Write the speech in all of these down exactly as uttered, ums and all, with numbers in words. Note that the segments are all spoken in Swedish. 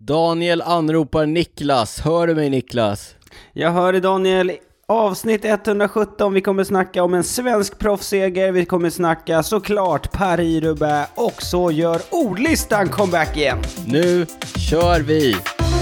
Daniel anropar Niklas. Hör du mig, Niklas? Jag hör dig, Daniel. Avsnitt etthundrasjutton. Vi kommer snacka om en svensk proffsseger. Vi kommer snacka såklart Paris-Roubaix. Och så gör ordlistan comeback igen. Nu kör vi!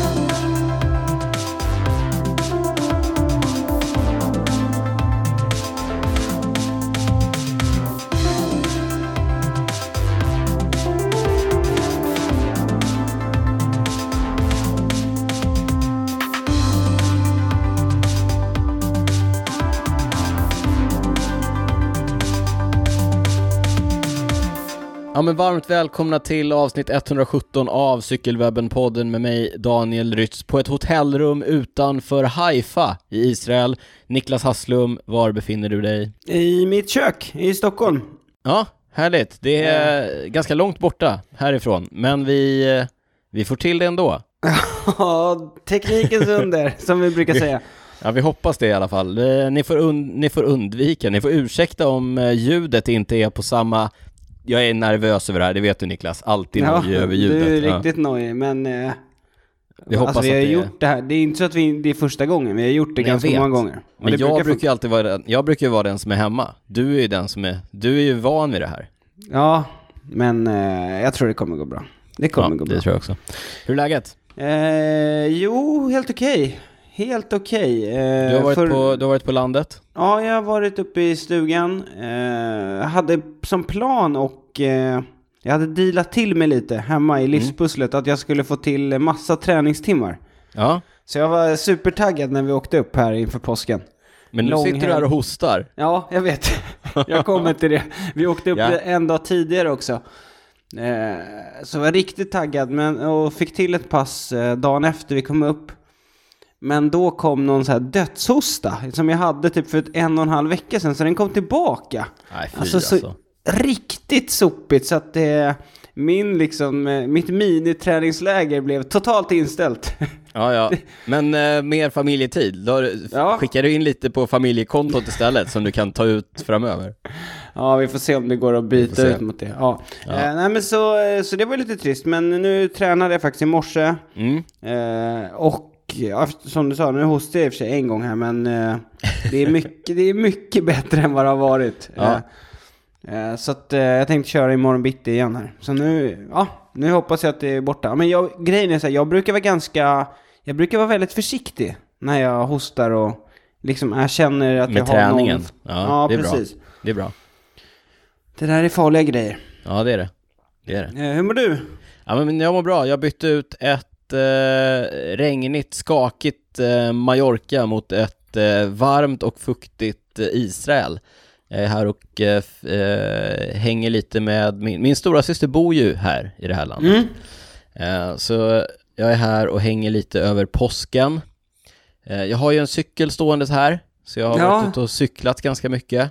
Ja, men varmt välkomna till avsnitt etthundrasjutton av Cykelwebben-podden med mig, Daniel Rytz, på ett hotellrum utanför Haifa i Israel. Niklas Hasslum, var befinner du dig? I mitt kök i Stockholm. Ja, härligt. Det är mm. ganska långt borta härifrån, men vi, vi får till det ändå. Ja, teknikens under, som vi brukar säga. Ja, vi hoppas det i alla fall. Ni får, und- ni får undvika, ni får ursäkta om ljudet inte är på samma... Jag är nervös över det här, det vet du, Niklas. Alltid ja, nöjd över ljudet. Du är ja. riktigt nöjd, men eh, vi hoppas alltså, vi har att det gjort det här. Det är inte så att vi, det är första gången, vi har gjort det ganska många gånger. Och men jag brukar, brukar ju alltid vara den, jag brukar ju vara den som är hemma. Du är ju den som är, du är ju van vid det här. Ja, men eh, jag tror det kommer gå bra. Det kommer ja, gå det bra. Det tror jag också. Hur är läget? Eh, jo, helt okej. Okay. Helt okej. Okay. Eh, du, har varit för... på, du har varit på landet? Ja, jag har varit uppe i stugan. Eh, hade som plan och eh, jag hade dealat till mig lite hemma i livspusslet mm. att jag skulle få till massa träningstimmar. Ja. Så jag var supertaggad när vi åkte upp här inför påsken. Men nu Lång sitter du här och hostar. Ja, jag vet. Jag kommer till det. Vi åkte upp ja. en dag tidigare också. Eh, så jag var riktigt taggad men, och fick till ett pass eh, dagen efter vi kom upp. Men då kom någon så här dödshosta som jag hade typ för en och en halv vecka sedan. Så den kom tillbaka. Nej, fy, alltså, så alltså. Riktigt sopigt så att det, min liksom, mitt miniträningsläger blev totalt inställt. Ja, ja. Men eh, mer familjetid. Då ja. skickar du in lite på familjekontot istället som du kan ta ut framöver. Ja, vi får se om det går att byta ut mot det. Ja. Ja. Eh, nej, men så, så det var lite trist. Men nu tränade jag faktiskt i morse. Mm. Eh, och ja, som du sa, nu hostar jag i och för sig en gång här, men eh, det, är mycket, det är mycket bättre än vad det har varit. Ja. Eh, eh, så att, eh, jag tänkte köra imorgon bitti igen här. Så nu, ja, nu hoppas jag att det är borta. Men jag, grejen är så här, jag brukar vara ganska, jag brukar vara väldigt försiktig när jag hostar och liksom jag känner att med jag träningen. har någon... Ja, ja det är precis. Bra. Det är bra. Det där är farliga grejer. Ja, det är det. Det är det. Eh, hur mår du? Ja, men jag mår bra. Jag bytte ut ett Eh, regnigt, skakigt eh, Mallorca mot ett eh, varmt och fuktigt eh, Israel. Jag är här och eh, f- eh, hänger lite med min, min stora syster bor ju här i det här landet. Mm. Eh, så jag är här och hänger lite över påsken. Eh, jag har ju en cykel stående här, så jag har ja. varit ute och cyklat ganska mycket.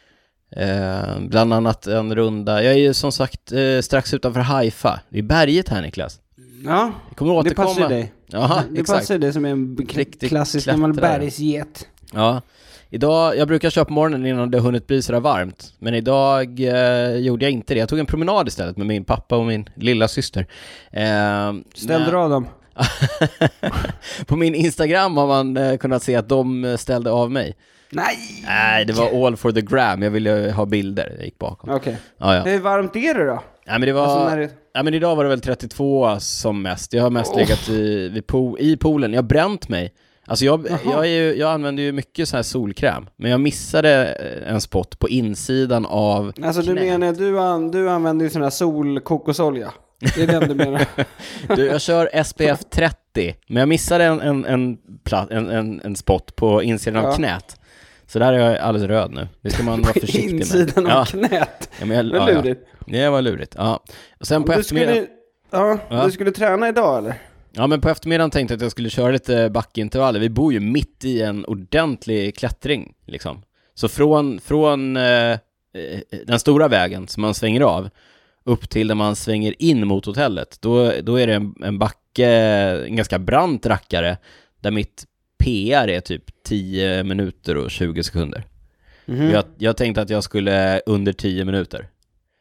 Eh, bland annat en runda. Jag är ju som sagt eh, strax utanför Haifa. Det är berget här, Niklas. Ja, det passar dig. Jaha, det exakt. passar dig som en k- klassisk gammal bergsget. Ja, idag, jag brukar köra på morgonen innan det har hunnit bli så där varmt. Men idag eh, gjorde jag inte det. Jag tog en promenad istället med min pappa och min lilla syster. Eh, Ställde du av dem? På min Instagram har man eh, kunnat se att de ställde av mig. Nej! Nej, det var all for the gram. Jag ville ha bilder. Jag gick bakom. Okej. Okay. Ja, ja. Hur varmt är det då? Ja, men det var... Alltså, det... Ja, men idag var det väl trettiotvå som mest. Jag har mest oh. legat i, vid po- i poolen. Jag har bränt mig. Alltså jag, jag, är ju, jag använder ju mycket så här solkräm. Men jag missade en spot på insidan av Alltså knät. Du menar, du, an, du använder ju sån här solkokosolja. Det är den du menar. Du, jag kör S P F trettio. Men jag missade en, en, en, plat, en, en, en spot på insidan ja. av knät. Så där är jag alldeles röd nu. Det ska man vara försiktig med. Insidan av ja. knät. Ja, men jag, det var ja, lurigt. Ja. Det var lurigt, ja. Och sen på du eftermiddagen... Skulle, ja, ja, du skulle träna idag, eller? Ja, men på eftermiddagen tänkte jag att jag skulle köra lite backintervaller. Vi bor ju mitt i en ordentlig klättring, liksom. Så från, från eh, den stora vägen som man svänger av upp till där man svänger in mot hotellet, då, då är det en, en backe, en ganska brant rackare, där mitt P R är typ tio minuter och tjugo sekunder. Mm-hmm. Jag, jag tänkte att jag skulle under tio minuter.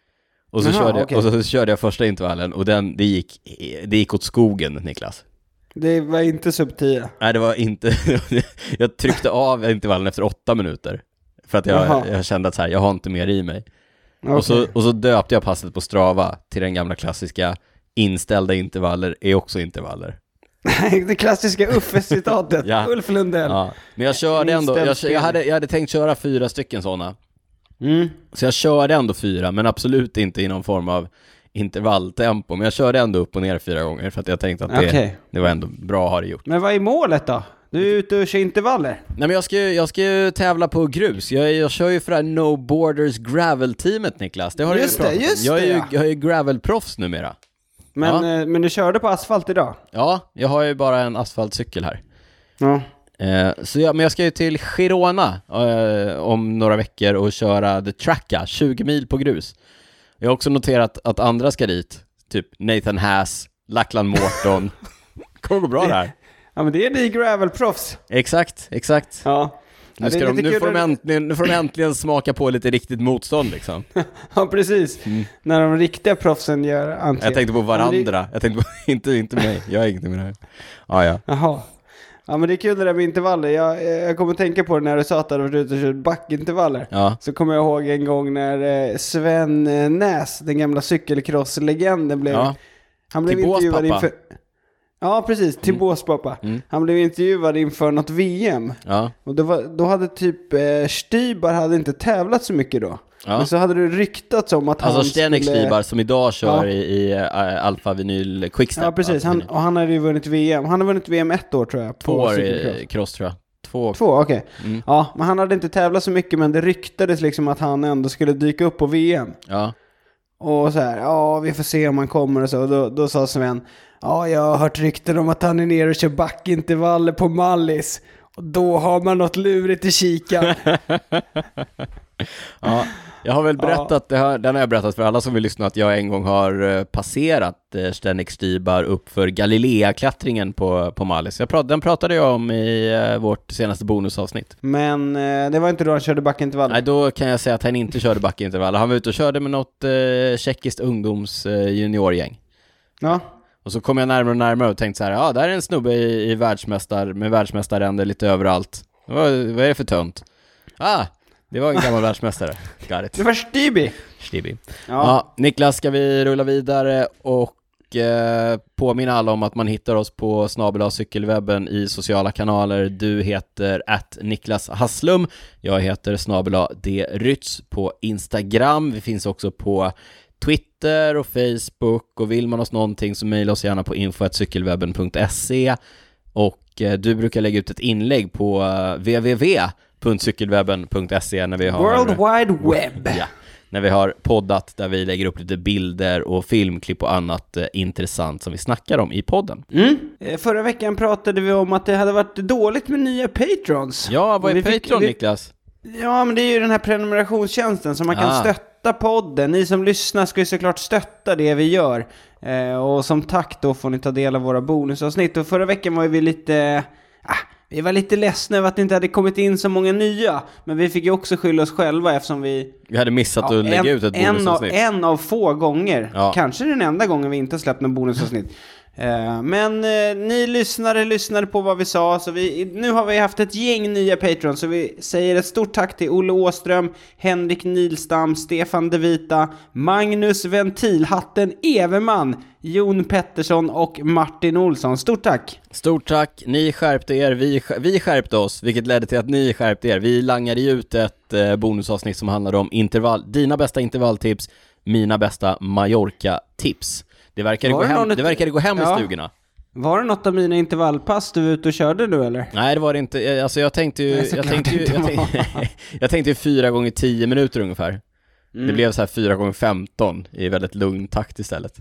Och så, Aha, körde, okay. och så körde jag första intervallen och den, det, gick, det gick åt skogen, Niklas. Det var inte sub tio. Nej, det var inte... jag tryckte av intervallen efter åtta minuter. För att jag, jag kände att så här, jag har inte mer i mig. Okay. Och, så, och så döpte jag passet på Strava till den gamla klassiska inställda intervaller är också intervaller. Det klassiska Uffe-citatet. Ja. Ulf Lundell. Ja. Men jag körde ändå, jag, jag, hade, jag hade tänkt köra fyra stycken sådana. Mm. Så jag körde ändå fyra, men absolut inte i någon form av intervalltempo. Men jag körde ändå upp och ner fyra gånger för att jag tänkte att det, okay. det var ändå bra att ha det gjort. Men vad är målet då? Du är ute och kör intervaller. Nej, men jag ska ju, jag ska ju tävla på grus. Jag, jag kör ju för det här No Borders Gravel-teamet, Niklas. Det har just du ju det, just jag är det. Ju, jag är ju gravel-proffs numera. Men, ja. eh, men du körde på asfalt idag? Ja, jag har ju bara en asfaltcykel här. Ja. Eh, så jag, men jag ska ju till Girona eh, om några veckor och köra The Tracka, tjugo mil på grus. Jag har också noterat att andra ska dit. Typ Nathan Haas, Lachlan Morton. Kommer gå bra det här. Ja, men det är ni gravelproffs. Exakt, exakt. Ja. Nu, ska ja, de, nu, får de äntligen, nu får de äntligen smaka på lite riktigt motstånd liksom. Ja, precis. Mm. När de riktiga proffsen gör entré. Jag tänkte på varandra. Jag tänkte på, inte, inte mig. Jag är ingenting med det här. Ah, ja. Jaha. Ja, men det är kul det där med intervaller. Jag, jag kommer att tänka på det när du sa att du varit ute och kört backintervaller. Ja. Så kommer jag ihåg en gång när Sven Näs, den gamla cykelcross-legenden, blev... Ja. Han blev till intervjuad bås, inför... Ja, precis. Till mm. bås, pappa. Mm. Han blev intervjuad inför något V M. Ja. Och då, var, då hade typ... Eh, Stybar hade inte tävlat så mycket då. Ja. Men så hade det ryktats om att alltså han Stenek skulle... Stybar som idag kör ja. i, i uh, Alfa Vinyl Quickstep. Ja, precis. Han, och han hade ju vunnit V M. Han har vunnit V M ett år, tror jag. Två år i cross, tror jag. Två, Två okej. Okay. Mm. Ja, men han hade inte tävlat så mycket, men det ryktades liksom att han ändå skulle dyka upp på V M. Ja. Och så här, ja, vi får se om han kommer och så. Och då, då sa Sven, ja, jag har hört rykten om att han är nere och kör backintervaller på Mallis. Och då har man något lurigt i kikan. Ja, jag har väl berättat, ja. det här, den har jag berättat för alla som vill lyssna, att jag en gång har passerat eh, Stenek Stybar upp för Galilea-klättringen på, på Mallis. Jag prat, den pratade jag om i eh, vårt senaste bonusavsnitt. Men eh, det var inte då han körde backintervaller? Nej, då kan jag säga att han inte körde backintervaller. Han var ute och körde med något eh, tjeckiskt ungdoms eh, juniorgäng. Ja. Och så kom jag närmare och närmare och tänkte så här, ja, där är en snubbe i, i världsmästar, med världsmästaränder lite överallt. Vad, vad är det för tönt? Ah, det var en gammal världsmästare. Got it. Det var Stibi. Stibi. Ja. Ja, Niklas, ska vi rulla vidare och eh, påminna alla om att man hittar oss på snabel-a cykelwebben i sociala kanaler. Du heter at Niklas Hasslum. Jag heter snabel-a drytz på Instagram. Vi finns också på Twitter och Facebook, och vill man oss någonting så mejla oss gärna på info at cykelwebben punkt se, och eh, du brukar lägga ut ett inlägg på uh, w w w punkt cykelwebben punkt se när vi har World Wide Web. Ja, när vi har poddat, där vi lägger upp lite bilder och filmklipp och annat eh, intressant som vi snackar om i podden. Mm. Eh, förra veckan pratade vi om att det hade varit dåligt med nya patrons. Ja, vad är Patreon, fick, vi... Niklas? Ja, men det är ju den här prenumerationstjänsten som man kan ah. stötta podden. Ni som lyssnar ska ju såklart stötta det vi gör. Eh, och som tack då får ni ta del av våra bonusavsnitt. Och förra veckan var vi lite... Ah, vi var lite ledsna över att det inte hade kommit in så många nya. Men vi fick ju också skylla oss själva eftersom vi... Vi hade missat ja, att lägga en, ut ett bonusavsnitt. En av, en av få gånger. Ja. Kanske den enda gången vi inte har släppt någon bonusavsnitt. Uh, men uh, ni lyssnare lyssnade på vad vi sa, så vi, nu har vi haft ett gäng nya Patrons, så vi säger ett stort tack till Olle Åström, Henrik Nilstam, Stefan De Vita, Magnus Ventilhatten Everman, Jon Pettersson och Martin Olsson. Stort tack! Stort tack, ni skärpte er, vi, vi skärpte oss, vilket ledde till att ni skärpte er. Vi langade ut ett eh, bonusavsnitt som handlade om intervall, dina bästa intervalltips, mina bästa Mallorca-tips. Det verkar gå hem, det verkar gå hem ja. i stugorna. Var det något av mina intervallpass du var ute och körde nu eller? Nej, det var det inte. Alltså jag tänkte ju, jag tänkte ju, jag tänkte, jag tänkte ju fyra gånger tio minuter ungefär. Mm. Det blev så här fyra gånger femton i väldigt lugn takt istället.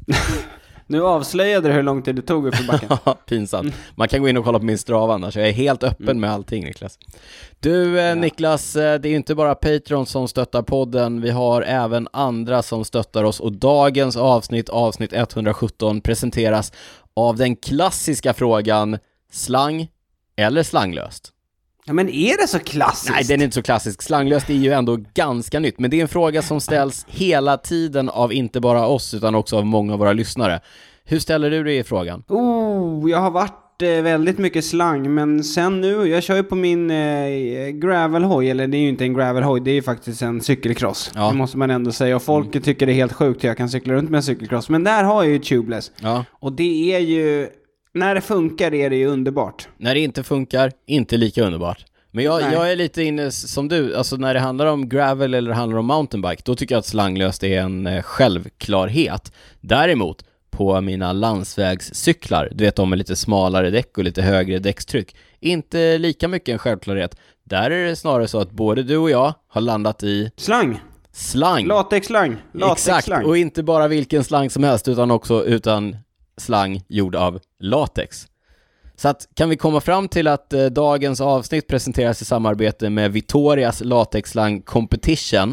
Nu avslöjade du hur lång tid det tog upp i backen. Pinsamt. Man kan gå in och kolla på min Strava annars. Jag är helt öppen mm. med allting, Niklas. Du, eh, ja. Niklas, det är ju inte bara Patreon som stöttar podden. Vi har även andra som stöttar oss. Och dagens avsnitt, avsnitt etthundrasjutton, presenteras av den klassiska frågan: slang eller slanglöst? Ja, men är det så klassiskt? Nej, den är inte så klassisk. Slanglöst är ju ändå ganska nytt. Men det är en fråga som ställs hela tiden av inte bara oss utan också av många av våra lyssnare. Hur ställer du dig i frågan? Oh, jag har varit eh, väldigt mycket slang. Men sen nu, jag kör ju på min eh, gravelhoj. Eller det är ju inte en gravelhoj, det är ju faktiskt en cykelcross. Ja. Det måste man ändå säga. Och folk mm. tycker det är helt sjukt att jag kan cykla runt med en cykelcross. Men där har jag ju tubeless. Ja. Och det är ju... När det funkar är det ju underbart. När det inte funkar, inte lika underbart. Men jag, jag är lite inne som du, alltså när det handlar om gravel eller det handlar om mountainbike, då tycker jag att slanglöst är en eh, självklarhet. Däremot, på mina landsvägscyklar, du vet de med lite smalare däck och lite högre däckstryck, inte lika mycket en självklarhet. Där är det snarare så att både du och jag har landat i... Slang! Slang! Latexslang! Exakt, slang. Och inte bara vilken slang som helst utan också utan... slang gjord av latex. Så att, kan vi komma fram till att eh, dagens avsnitt presenteras i samarbete med Vittorias latexslang Competition.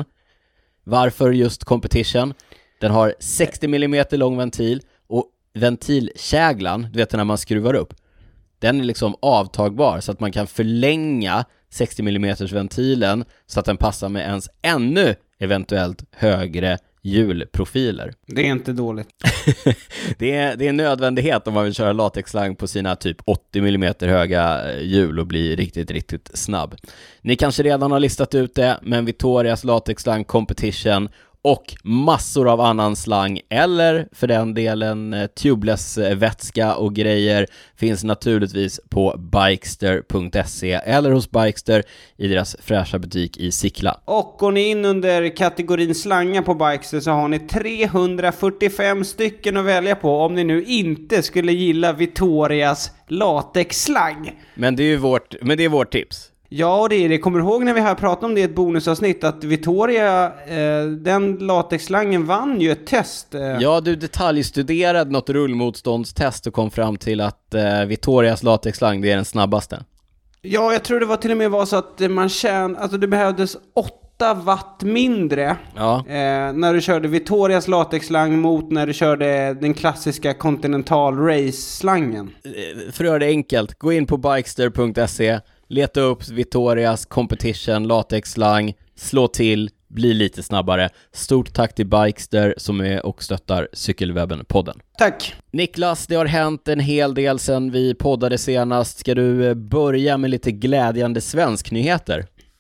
Varför just Competition? Den har sextio millimeter lång ventil och ventilkäglan, du vet när man skruvar upp, den är liksom avtagbar så att man kan förlänga sextio millimeter ventilen så att den passar med ens ännu eventuellt högre hjulprofiler. Det är inte dåligt. det, är, det är en nödvändighet om man vill köra latexslang på sina typ åttio millimeter höga hjul och bli riktigt, riktigt snabb. Ni kanske redan har listat ut det, men Vittorias latexslang Competition och massor av annan slang eller för den delen eh, tubeless vätska och grejer finns naturligtvis på bikester punkt se eller hos Bikester i deras fräscha butik i Sickla. Och går ni in under kategorin slangar på Bikester så har ni trehundrafyrtiofem stycken att välja på om ni nu inte skulle gilla Vittorias latexslang. Men det är ju vårt, men det är vårt tips. Ja, och det är det. Kommer du ihåg när vi har pratat om det i ett bonusavsnitt att Vittoria, eh, den latexslangen vann ju ett test. Eh. Ja, du detaljstuderade något rullmotståndstest och kom fram till att eh, Vittorias latexslang, det är den snabbaste. Ja, jag tror det var till och med var så att man tjän, alltså det behövdes åtta watt mindre ja. eh, när du körde Vittorias latexslang mot när du körde den klassiska Continental Race-slangen. För att göra det enkelt, gå in på bikester punkt se, leta upp Vittorias Competition latexslang, slå till, bli lite snabbare. Stort tack till Bikester som är och stöttar Cykelwebben-podden. Tack! Niklas, det har hänt en hel del sedan vi poddade senast. Ska du börja med lite glädjande svensknyheter?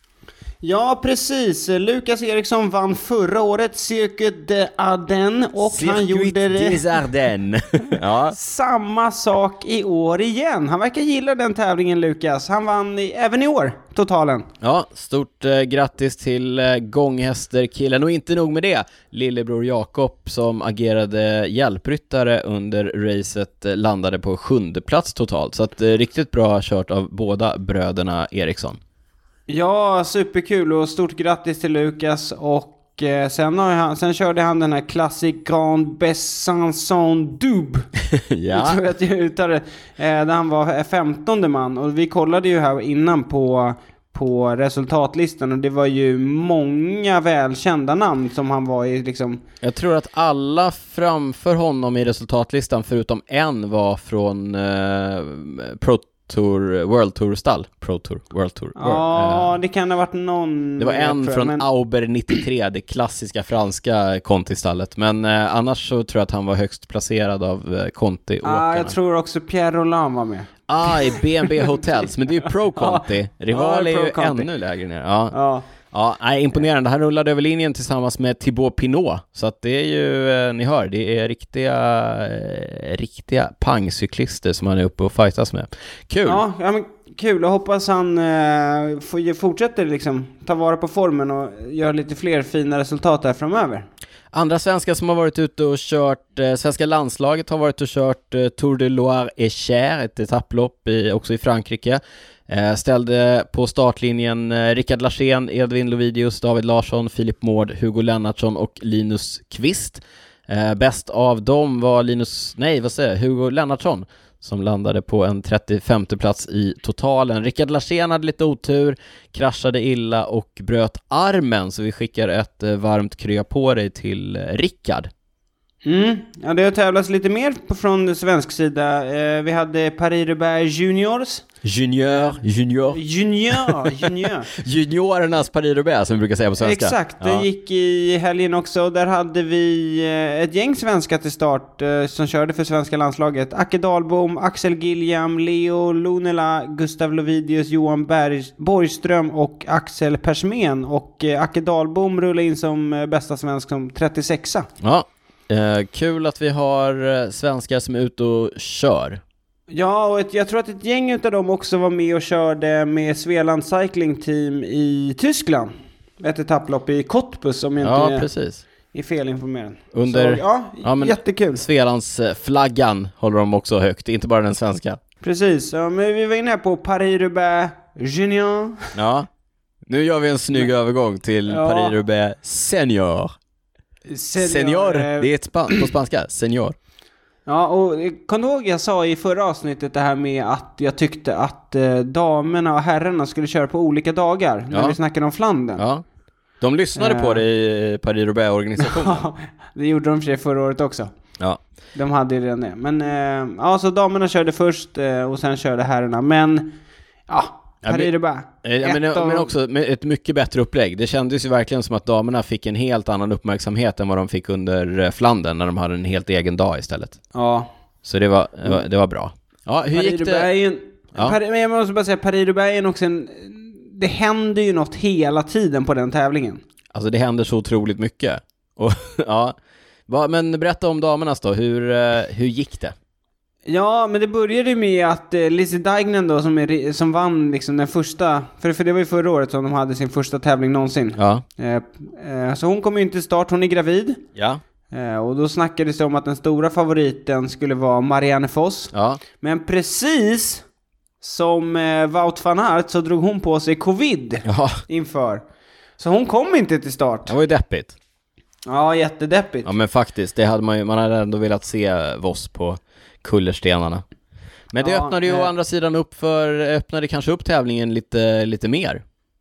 Ja, precis. Lukas Eriksson vann förra året Circuit des Ardennes och Circuit han gjorde det des Ardennes. ja. samma sak i år igen. Han verkar gilla den tävlingen, Lukas. Han vann i, även i år, totalen. Ja, stort eh, grattis till eh, gånghästerkillen. Och inte nog med det, lillebror Jakob som agerade hjälpryttare under racet eh, landade på sjunde plats totalt. Så att, eh, riktigt bra kört av båda bröderna Eriksson. Ja, superkul och stort grattis till Lukas och eh, sen, har han, sen körde han den här Classic Grand Besançon Dub. ja. Jag tror att jag uttalar det. Eh, där han var femtonde man och vi kollade ju här innan på, på resultatlistan och det var ju många välkända namn som han var i liksom. Jag tror att alla framför honom i resultatlistan förutom en var från eh, Pro Tour, World Tour stall Pro Tour, World Tour Ja, uh, det kan ha varit någon. Det var en tror, från men... Auber nittiotre, det klassiska franska Conti-stallet. Men uh, annars så tror jag att han var högst placerad av uh, Conti-åkarna. Ja, uh, jag tror också Pierre Roland var med. Ah, i B and B Hotels. Men det är ju Pro Conti. Rival ja, är ju Conti. ännu lägre ner. Ja. Ja. Ja, nej, imponerande. Han rullade över linjen tillsammans med Thibaut Pinot. Så att det är ju, eh, ni hör, det är riktiga eh, riktiga pangcyklister som han är uppe och fightas med. Kul! Ja, ja men kul. Jag hoppas han eh, får, fortsätter liksom ta vara på formen och göra lite fler fina resultat där framöver. Andra svenskar som har varit ute och kört, eh, svenska landslaget har varit och kört eh, Tour de Loire et Cher, ett etapplopp i, också i Frankrike. Eh, ställde på startlinjen eh, Rickard Larsén, Edvin Lovidius, David Larsson, Filip Mård, Hugo Lennartsson och Linus Kvist. Eh, bäst av dem var Linus, nej vad säger jag, Hugo Lennartsson som landade på en trettiofemte plats i totalen. Rickard Larsén hade lite otur, kraschade illa och bröt armen, så vi skickar ett eh, varmt krya på dig till eh, Rickard. Mm. Ja, det har tävlats lite mer på, från svensk sida. Eh, vi hade Paris-Roubaix Juniors. Junior, junior. Junior, junior. Juniorernas Paris-Roubaix som vi brukar säga på svenska. Exakt, det ja. gick i helgen också. Där hade vi ett gäng svenskar till start eh, som körde för svenska landslaget. Acke Dahlbom, Axel Gilliam, Leo Lunela, Gustav Lovidius, Johan Berg, Borgström och Axel Persmen. Och eh, Acke Dahlbom rullade in som eh, bästa svensk som trettiosexa. Ja, eh, kul att vi har eh, svenskar som är ute och kör. Ja, och ett, jag tror att ett gäng av dem också var med och körde med Svealand Cycling Team i Tyskland. Ett etapplopp i Cottbus om jag ja, inte precis. är felinformerad. Under, Så, ja, ja, men jättekul. Svealands flaggan håller de också högt, inte bara den svenska. Precis, ja, men vi var inne här på Paris-Roubaix Junior. Ja, nu gör vi en snygg men, övergång till ja. Paris-Roubaix Senior. Senior, Senior det är ett span- på spanska, Senior. Ja, och kom du ihåg jag sa i förra avsnittet det här med att jag tyckte att eh, damerna och herrarna skulle köra på olika dagar ja. när vi snackade om Flandern. Ja, de lyssnade eh. på det i Paris-Roubaix-organisationen. Ja, det gjorde de för sig förra året också. Ja. De hade ju redan det. Men eh, ja, så damerna körde först eh, och sen körde herrarna. Men ja, Paris-Roubaix. Ja, men, av... men också med ett mycket bättre upplägg. Det kändes ju verkligen som att damerna fick en helt annan uppmärksamhet än vad de fick under Flandern när de hade en helt egen dag istället. Ja. Så det var, det var, det var bra. Ja, hur gick det? En... Ja. Paris... Men jag måste bara säga, Paris-Roubaix är också en... Det händer ju något hela tiden på den tävlingen. Alltså det händer så otroligt mycket. Och, ja. Men berätta om damernas då. Hur, hur gick det? Ja, men det började med att eh, Lizzie Deignan då som, är, som vann liksom den första, för, för det var ju förra året som de hade sin första tävling någonsin. Ja. Eh, eh, så hon kom ju inte till start, hon är gravid. Ja. Eh, och då snackades det om att den stora favoriten skulle vara Marianne Vos. Ja. Men precis som eh, Wout van Aert så drog hon på sig covid ja. inför. Så hon kom inte till start. Det var ju deppigt. Ja, jättedeppigt. Ja, men faktiskt, det hade man ju, man hade ändå velat se Vos på kullerstenarna. Men det ja, öppnade ju äh... å andra sidan upp för öppnade kanske upp tävlingen lite lite mer.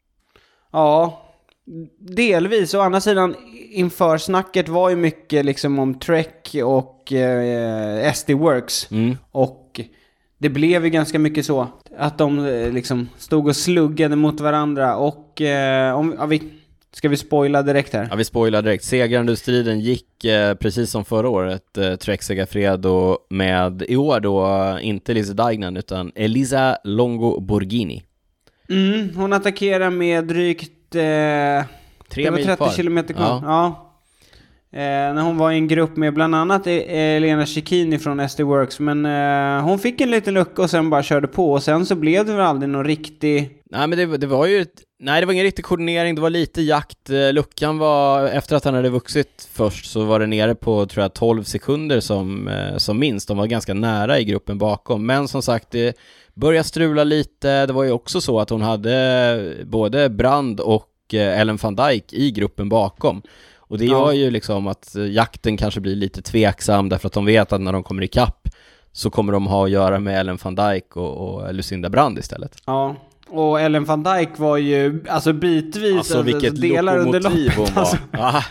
Ja, delvis. Å andra sidan inför snacket var ju mycket liksom om Trek och eh, S D Works mm. och det blev ju ganska mycket så att de eh, liksom stod och sluggade mot varandra och eh, om ja, vi ska vi spoila direkt här? Ja, vi spoilar direkt. Segraren ur striden gick eh, precis som förra året eh, Trek Segafredo med i år då inte Lizzie Deignan utan Elisa Longo Borghini. Mm, hon attackerar med drygt eh, Tre mil trettio kvar. kilometer kvar. Ja. Ja. Eh, när hon var i en grupp med bland annat Elena Cecchini från S D Works. Men eh, hon fick en liten lucka och sen bara körde på. Och sen så blev det väl aldrig någon riktig... Nej, men det, det var ju... Ett... Nej, det var ingen riktig koordinering. Det var lite jakt. Luckan var... Efter att han hade vuxit först så var det nere på, tror jag, tolv sekunder som, eh, som minst. De var ganska nära i gruppen bakom. Men som sagt, det började strula lite. Det var ju också så att hon hade både Brand och eh, Ellen van Dijk i gruppen bakom. Och det gör ju liksom att jakten kanske blir lite tveksam därför att de vet att när de kommer i kapp så kommer de ha att göra med Ellen van Dijk och, och Lucinda Brand istället. Ja, och Ellen van Dijk var ju alltså bitvis alltså, vilket alltså, delar under loppet. Hon var. Alltså.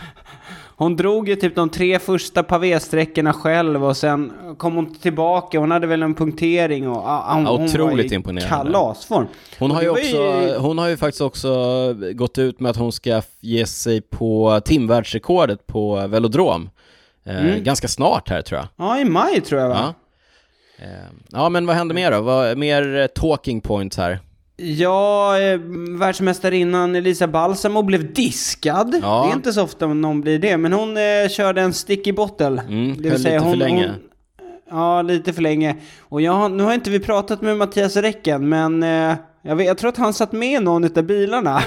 Hon drog ju typ de tre första pavésträckorna själv och sen kom hon tillbaka. Hon hade väl en punktering och ah, hon, ja, otroligt hon var i imponerande. Kalasform. Hon har ju också ju... hon har ju faktiskt också gått ut med att hon ska ge sig på timvärldsrekordet på velodrom. Mm. Eh, ganska snart här tror jag. Ja, i maj tror jag va? Ja, eh, ja men vad händer mer då? Vad, mer talking points här? Ja, eh, världsmästarinnan Elisa Balsamo blev diskad. Ja. Det är inte så ofta någon blir det. Men hon eh, körde en sticky bottle. Mm, det vill säga lite hon, för länge. Hon, ja, lite för länge. Och jag, nu har inte vi pratat med Mattias Räcken. Men eh, jag, vet, jag tror att han satt med någon av bilarna.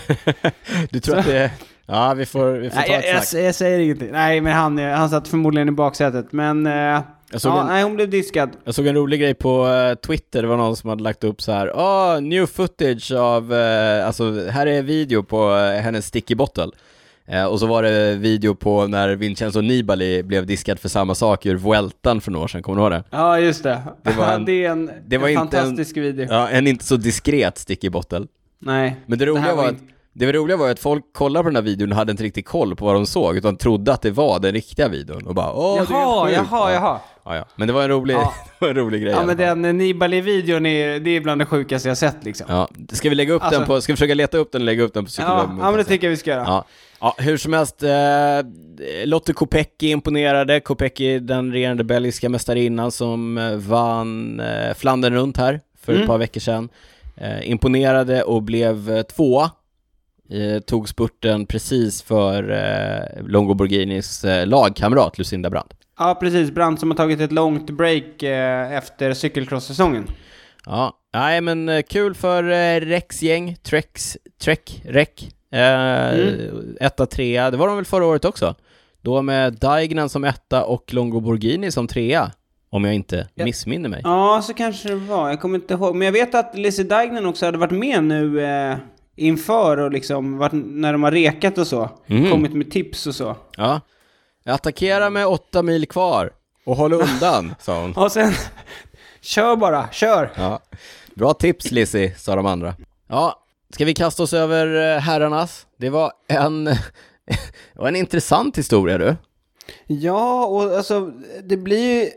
Du tror så. Att det... Ja, vi får, vi får nej, ta ett jag, snack. Jag, jag säger ingenting. Nej, men han, han satt förmodligen i baksätet. Men... Eh, ja, en, nej, hon blev diskad. Jag såg en rolig grej på uh, Twitter. Det var någon som hade lagt upp så här: oh, new footage av uh, alltså här är video på uh, hennes sticky bottle. Uh, och så var det video på när Vincenzo Nibali blev diskad för samma sak ur Vueltan för några år sedan. Kommer du ihåg det? Ja, just det. Det, var en, det är en, det var en inte fantastisk en, video. Ja, en inte så diskret sticky bottle. Nej. Men det roliga det var, var att Det roliga var ju att folk kollade på den här videon och hade inte riktigt koll på vad de såg, utan trodde att det var den riktiga videon och bara, åh, jaha, det är jaha, jaha. Ja, ja. Men det var en rolig, ja. det var en rolig grej. Ja, men den Nibali-videon är, det är bland det sjukaste jag sett liksom. Ja, ska vi lägga upp alltså, den på, ska vi försöka leta upp den och lägga upp den på cykelwebben? Ja, ja, men det tycker jag vi ska göra. Ja. Ja, hur som helst, eh, Lotte Kopecky imponerade. Kopecky, den regerande belgiska mästarinnan som eh, vann eh, Flandern runt här för mm. ett par veckor sedan. Eh, imponerade och blev eh, tvåa. Eh, tog spurten precis för eh, Longo Borghinis eh, lagkamrat Lucinda Brand. Ja, precis. Brand som har tagit ett långt break eh, efter cykelcross-säsongen. Ja, nej men eh, kul för eh, Rex gäng, Trex, Trek, Rek. Eh, mm. Etta, trea, det var de väl förra året också. Då med Daignan som etta och Longo Borghini som trea. Om jag inte ja. missminner mig. Ja, så kanske det var. Jag kommer inte ihåg. Men jag vet att Lizzie Daignan också hade varit med nu eh, inför och liksom varit, när de har rekat och så. Mm. Kommit med tips och så. Ja. Attackera med åtta mil kvar och håll undan, sa hon. Och sen, kör bara, kör. Ja. Bra tips, Lizzie, sa de andra. Ja. Ska vi kasta oss över herrarnas? Det var en, det var en intressant historia, du. Ja, och alltså det blir ju...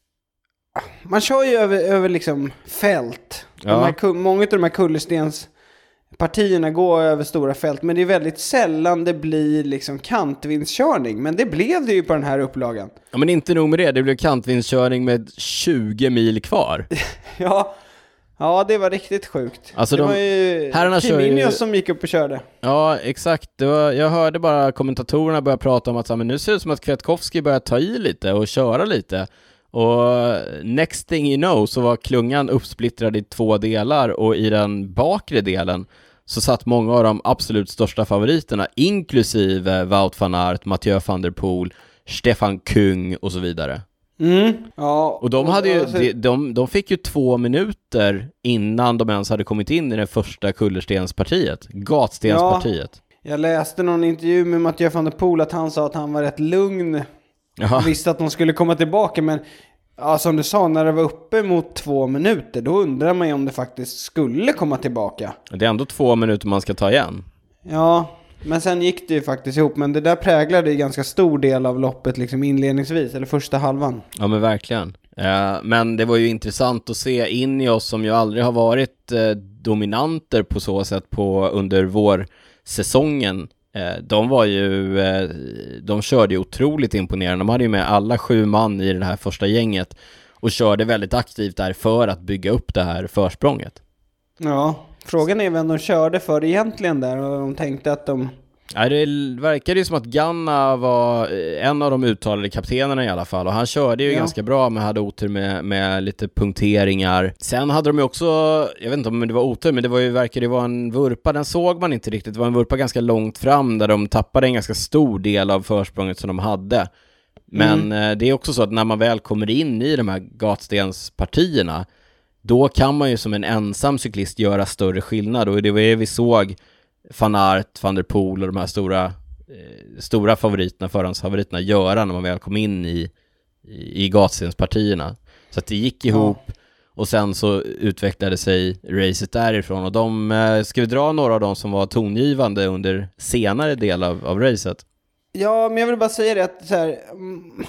Man kör ju över, över liksom fält. Ja. De här, många av de här kullerstenspartierna går över stora fält. Men det är väldigt sällan det blir liksom kantvindskörning. Men det blev det ju på den här upplagan. Ja, men inte nog med det. Det blev kantvindskörning med tjugo mil kvar. Ja. Ja, det var riktigt sjukt. Alltså det de, var ju Kim Ineos som gick upp och körde. Ja, exakt. Det var, jag hörde bara kommentatorerna börja prata om att men nu ser det som att Kwiatkowski börjar ta i lite och köra lite. Och next thing you know så var klungan uppsplittrad i två delar och i den bakre delen så satt många av de absolut största favoriterna, inklusive Wout van Aert, Mathieu van der Poel, Stefan Kung och så vidare. Mm. Ja, och de hade ju alltså, de, de, de fick ju två minuter innan de ens hade kommit in i det första kullerstenspartiet, gatstenspartiet. Ja, jag läste någon intervju med Mathieu van der Poel att han sa att han var rätt lugn. Han visste att de skulle komma tillbaka, men ja, som du sa, när det var uppe mot två minuter, då undrar man ju om det faktiskt skulle komma tillbaka. Det är ändå två minuter man ska ta igen. Ja, men sen gick det ju faktiskt ihop. Men det där präglade ju ganska stor del av loppet liksom inledningsvis, eller första halvan. Ja, men verkligen. Uh, men det var ju intressant att se in i oss som ju aldrig har varit uh, dominanter på så sätt på under vår säsongen. Uh, de var ju, uh, de körde ju otroligt imponerande. De hade ju med alla sju man i det här första gänget och körde väldigt aktivt där för att bygga upp det här försprånget. Ja, frågan är vem de körde för egentligen där, och de tänkte att de... Ja, det verkade ju som att Ganna var en av de uttalade kaptenerna i alla fall, och han körde ju ja. ganska bra, men hade otur med, med lite punkteringar. Sen hade de ju också, jag vet inte om det var otur, men det var ju, verkade ju vara en vurpa, den såg man inte riktigt, det var en vurpa ganska långt fram där de tappade en ganska stor del av försprånget som de hade. Men mm. det är också så att när man väl kommer in i de här gatstenspartierna, då kan man ju som en ensam cyklist göra större skillnad, och det var det vi såg Van Aert, Van der Poel och de här stora eh, stora favoriterna, förhandsfavoriterna göra när man väl kom in i, i, i gatstenspartierna. Så att det gick ihop ja. och sen så utvecklade sig racet därifrån, och de, eh, ska vi dra några av dem som var tongivande under senare del av, av racet? Ja, men jag vill bara säga det att så här, mm,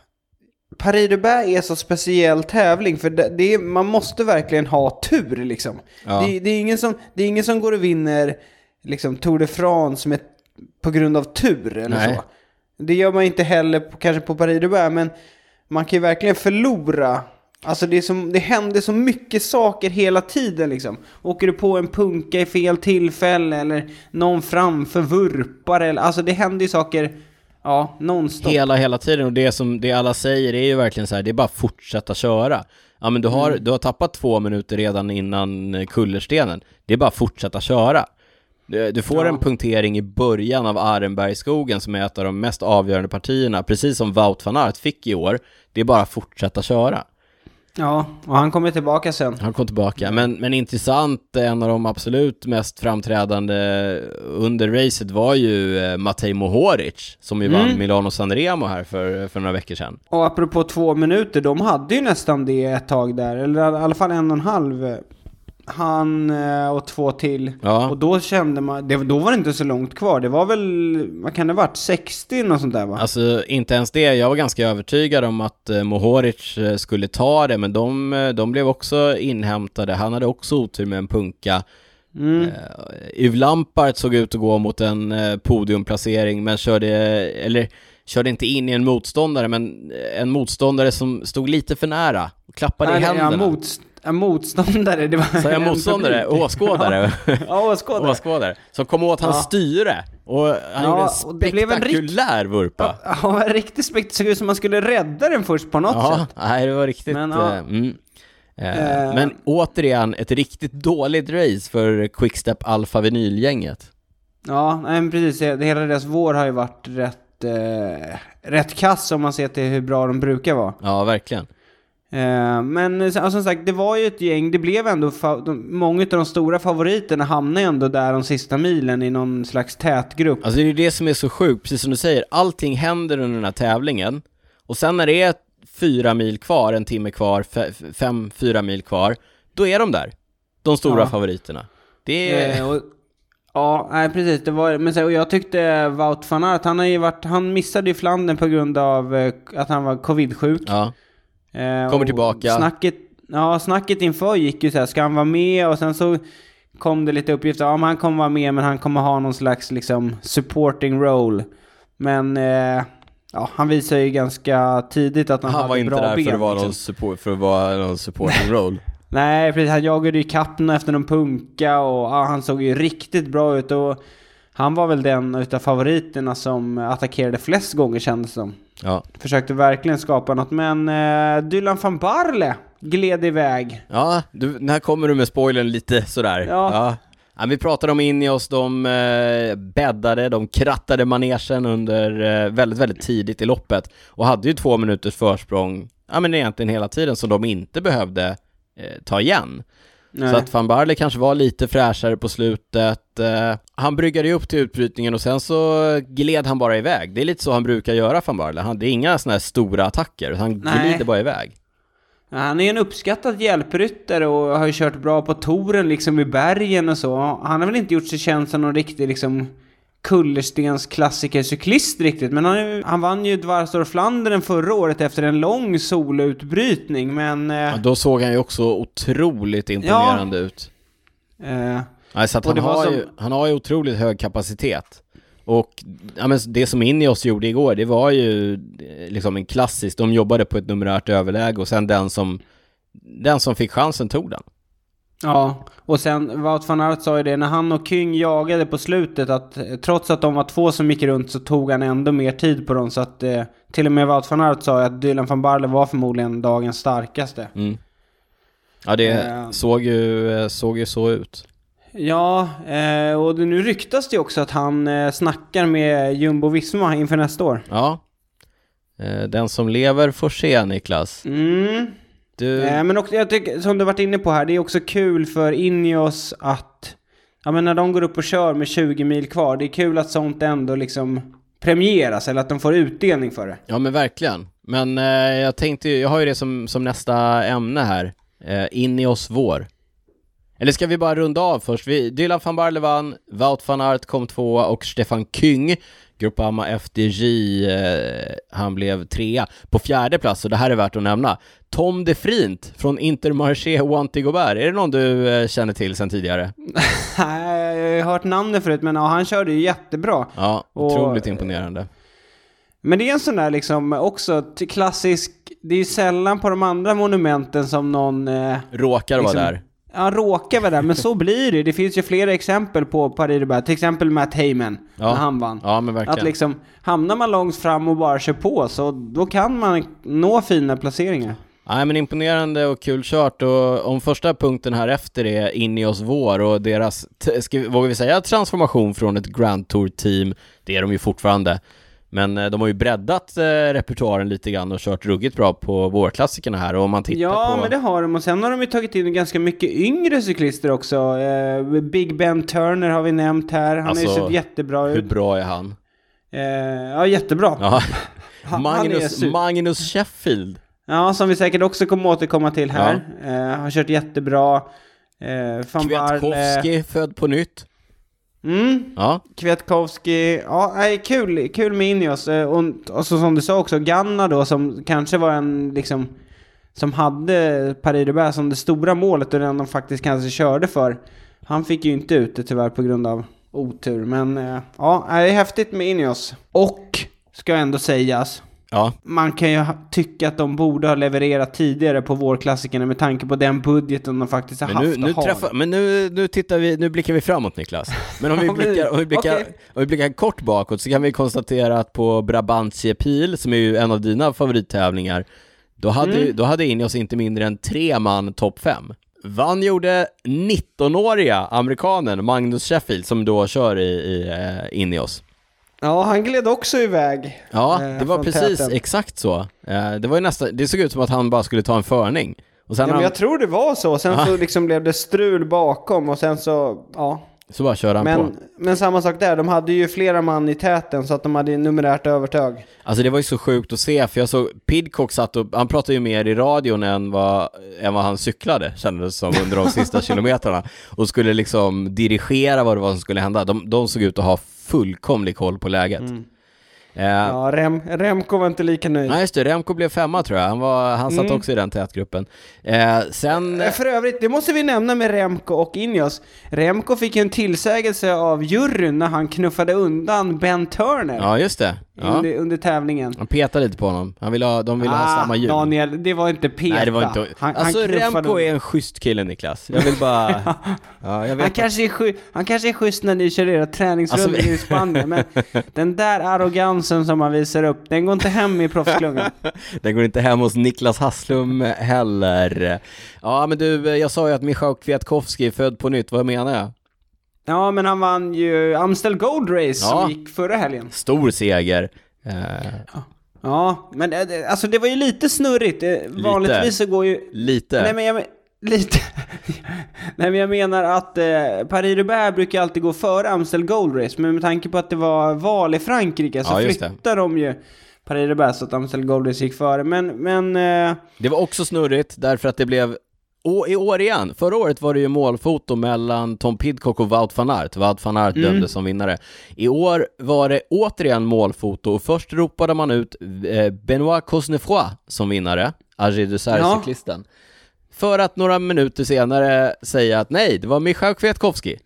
Paris-Roubaix är så speciell tävling, för det, det är, man måste verkligen ha tur liksom. Ja. Det, det, är ingen som, det är ingen som går och vinner liksom Tour de France med, på grund av tur eller Nej. så. Det gör man inte heller på, kanske på Paris-Roubaix, men man kan ju verkligen förlora. Alltså det, är som, det händer så mycket saker hela tiden liksom. Åker du på en punka i fel tillfälle, eller någon framför vurpar, eller, alltså det händer ju saker ja, nonstop. Hela, hela tiden, och det som det alla säger är ju verkligen så här, det är bara fortsätta köra. Ja, men du har, mm. du har tappat två minuter redan innan kullerstenen. Det är bara fortsätta köra. Du, du får ja. en punktering i början av Arenbergsskogen som är ett av de mest avgörande partierna, precis som Wout van Aert fick i år. Det är bara fortsätta köra. Ja, och han kommer tillbaka sen. Han kom tillbaka, men, men intressant, en av de absolut mest framträdande under racet var ju eh, Matej Mohoric, som ju mm. vann Milano Sanremo här för, för några veckor sedan. Och apropå två minuter, de hade ju nästan det ett tag där, eller i alla fall en och en halv han och två till. Ja. Och då kände man, det, då var det inte så långt kvar. Det var väl, vad kan det ha varit, sextio och sånt där va? Alltså inte ens det, jag var ganska övertygad om att eh, Mohoric eh, skulle ta det, men de, de blev också inhämtade. Han hade också otur med en punka. Mm. Uh, Yves Lampard såg ut att gå mot en uh, podiumplacering, men körde, eller körde inte in i en motståndare, men en motståndare som stod lite för nära och klappade Nej, i händerna. Ja, mot, ja, motståndare, det var så jag motståndare, åskådare. Ja, åskådare. åskådare. Som kom åt hans ja. styre och han ja, gjorde en spektakulär en rikt... vurpa. Ja, ja, riktigt spektakulär, såg ut som man skulle rädda den först på något ja, sätt. Nej, det var riktigt... Men, ja. uh, mm. Uh, men återigen ett riktigt dåligt race för Quickstep Alpha Vinyl-gänget. Ja, nej, precis. Det, hela deras vår har ju varit rätt, eh, rätt kass om man ser till hur bra de brukar vara. Ja, verkligen. Eh, men alltså, som sagt, det var ju ett gäng. Det blev ändå, fa- de, många av de stora favoriterna hamnade ändå där de sista milen i någon slags tätgrupp. Alltså det är ju det som är så sjukt, precis som du säger. Allting händer under den här tävlingen. Och sen när det är fyra mil kvar, en timme kvar, f- fem, fyra mil kvar, då är de där. De stora ja. favoriterna. Det är... Eh, och, ja, nej, precis. Det var, men så, och jag tyckte Wout van Aert, han har ju varit, han missade ju Flandern på grund av eh, att han var covid-sjuk. Ja. Eh, Kommer tillbaka. Snacket, ja, snacket inför gick ju så här, ska han vara med? Och sen så kom det lite uppgifter, ja, men han kommer vara med, men han kommer ha någon slags liksom supporting role. Men eh, ja, han visar ju ganska tidigt att han, han hade var inte bra där ben, för att vara liksom. någon support, för att vara någon supporting role. Nej, precis. Han jagade ju kappen efter någon punka och ja, han såg ju riktigt bra ut och han var väl den utav favoriterna som attackerade flest gånger, kändes som. Ja. Försökte verkligen skapa något, men eh, Dylan van Barle gled iväg. Ja, du, när kommer du med spoilern lite sådär? Ja. Ja. Ja, vi pratade om Ineos, de eh, bäddade, de krattade manegen under eh, väldigt, väldigt tidigt i loppet och hade ju två minuters försprång, ja men egentligen hela tiden, som de inte behövde eh, ta igen. Nej. Så att Van Barle kanske var lite fräschare på slutet. Eh, han bryggade ju upp till utbrytningen och sen så gled han bara iväg. Det är lite så han brukar göra, Van Barle. Han, det är inga såna här stora attacker, han Nej. glider bara iväg. Han är en uppskattad hjälpryttare och har ju kört bra på touren liksom i bergen och så. Han har väl inte gjort sig känd som någon riktig liksom kullerstens klassikercyklist riktigt, men han, han vann ju Dvarstor Flandern förra året efter en lång soloutbrytning, men eh, ja, då såg han ju också otroligt imponerande ja. ut. Eh, alltså att han, har som... ju, han har ju otroligt hög kapacitet. Och ja, men det som Ineos gjorde igår, det var ju liksom en klassisk, de jobbade på ett numerärt överläge och sen den som den som fick chansen tog den. Ja, och sen Wout van Aert sa ju det när han och Kyng jagade på slutet, att trots att de var två som gick runt så tog han ändå mer tid på dem, så att eh, till och med Wout van Aert sa att Dylan van Barle var förmodligen dagens starkaste. Mm. Ja, det eh. såg ju såg ju så ut. Ja, eh, och nu ryktas det också att han eh, snackar med Jumbo Visma inför nästa år. Ja, eh, den som lever får se, Niklas. Mm. Du... Eh, men också, jag tycker, som du varit inne på här, det är också kul för Ineos att, ja, men när de går upp och kör med tjugo mil kvar, det är kul att sånt ändå liksom premieras, eller att de får utdelning för det. Ja, men verkligen. Men eh, jag tänkte, jag har ju det som, som nästa ämne här. Eh, Ineos vår. Eller ska vi bara runda av först? Vi, Dylan van Barle vann, Wout van Aert kom tvåa och Stefan Kyng, Groupama F D J, eh, han blev trea. På fjärde plats, och det här är värt att nämna, Tom de Vriend från Intermarché Wanty-Gobert. Är det någon du eh, känner till sedan tidigare? Nej, jag har hört namnet förut, men ja, han körde ju jättebra. Ja, otroligt och, imponerande. Men det är en sån där liksom också klassisk, det är ju sällan på de andra monumenten som någon eh, råkar liksom, vara där. Ja, råkar vara där, men så blir det. Det finns ju flera exempel på Paris-Roubaix. Till exempel Matt Hayman, ja. när han vann. Ja, men verkligen. Att liksom, hamnar man långt fram och bara kör på, så då kan man nå fina placeringar. Nej, men imponerande och kul kört. Och om första punkten här efter är Ineos vår och deras, ska vi, vågar vi säga, transformation från ett Grand Tour-team, det är de ju fortfarande. Men de har ju breddat eh, repertoaren lite grann och kört ruggigt bra på vårklassikerna här. Och om man tittar ja, på... men det har de. Och sen har de ju tagit in ganska mycket yngre cyklister också. Eh, Big Ben Turner har vi nämnt här. Han alltså, har ju sett jättebra ut. Hur bra är han? Eh, ja, jättebra. Ja. Magnus, Magnus Sheffield. Ja, som vi säkert också kommer återkomma till här. Ja. Eh, har kört jättebra. Eh, Kwiatkowski, född på nytt. Mm, ja. Kwiatkowski, ja, nej, kul, kul med Ineos. Eh, och, och så som du sa också, Ganna då, som kanske var en liksom, som hade Paris-Roubaix som det stora målet och den de faktiskt kanske körde för. Han fick ju inte ut det tyvärr på grund av otur, men eh, ja, det är häftigt med Ineos. Och, ska ändå sägas, ja. man kan ju ha, tycka att de borde ha levererat tidigare på vårklassikerna med tanke på den budgeten de faktiskt har men haft nu, nu träffa, Men nu, nu tittar vi, nu blickar vi framåt, Niklas. Men om vi blickar, om vi blickar, okay. om vi blickar kort bakåt så kan vi konstatera att på Brabantse Pil, som är ju en av dina favorittävlingar, då hade, mm. då hade Ineos inte mindre än tre man topp fem. Vann gjorde nittonåriga amerikanen Magnus Sheffield, som då kör i, i uh, Ineos. Ja, han gled också iväg. Ja, det var precis täten. Exakt så. Uh, det var ju nästan, det såg ut som att han bara skulle ta en förning. Och sen ja, men han... jag tror det var så. Sen ah. så liksom blev det strul bakom och sen så, ja. Så bara körde han men, på. Men samma sak där, de hade ju flera man i täten så att de hade numerärt övertag. Alltså det var ju så sjukt att se, för jag såg Pidcock satt och han pratade ju mer i radion än vad, än vad han cyklade, kändes som, under de sista kilometerna. Och skulle liksom dirigera vad det var som skulle hända. De, de såg ut att ha fullkomlig koll på läget. Mm. Uh, ja, Rem, Remco var inte lika nöjd. Nej, just det, Remco blev femma tror jag. Han, var, han satt mm. också i den tätgruppen. Uh, sen... För övrigt, det måste vi nämna med Remco och Ineos. Remco fick en tillsägelse av juryn när han knuffade undan Ben Turner. Ja, just det. Ja. Under, under tävlingen. Han petade lite på honom. Han ville ha, de ville ah, ha samma ljud. Daniel, det var inte peta. Nej, det var inte... Han, alltså, han Remco är en schysst kille, Niklas. Jag vill bara... ja, jag vet han, kanske är sky... han kanske är schysst när ni kör era träningsrundor alltså, i Spanien. Men den där arrogansen som man visar upp, den går inte hem i proffsklungan. Den går inte hem hos Niklas Hasslum heller. Ja, men du, jag sa ju att Michał Kwiatkowski är född på nytt. Vad menar jag? Ja, men han vann ju Amstel Gold Race ja. som gick förra helgen. Stor seger. Uh... Ja. ja, men alltså det var ju lite snurrigt. Lite. Vanligtvis så går ju... Lite. Nej, men jag... Lite. Nej, men jag menar att eh, Paris-Roubaix brukar alltid gå före Amstel Gold Race. Men med tanke på att det var val i Frankrike så ja, flyttade de ju Paris-Roubaix så att Amstel Gold Race gick före. Men... men eh... det var också snurrigt därför att det blev... Och i år igen, förra året var det ju målfoto mellan Tom Pidcock och Wout van Aert. Wout van Aert mm. dömdes som vinnare. I år var det återigen målfoto och först ropade man ut eh, Benoit Cosnefroy som vinnare, A G Dussert-cyklisten. Ja. För att några minuter senare säga att nej, det var Michał Kwiatkowski.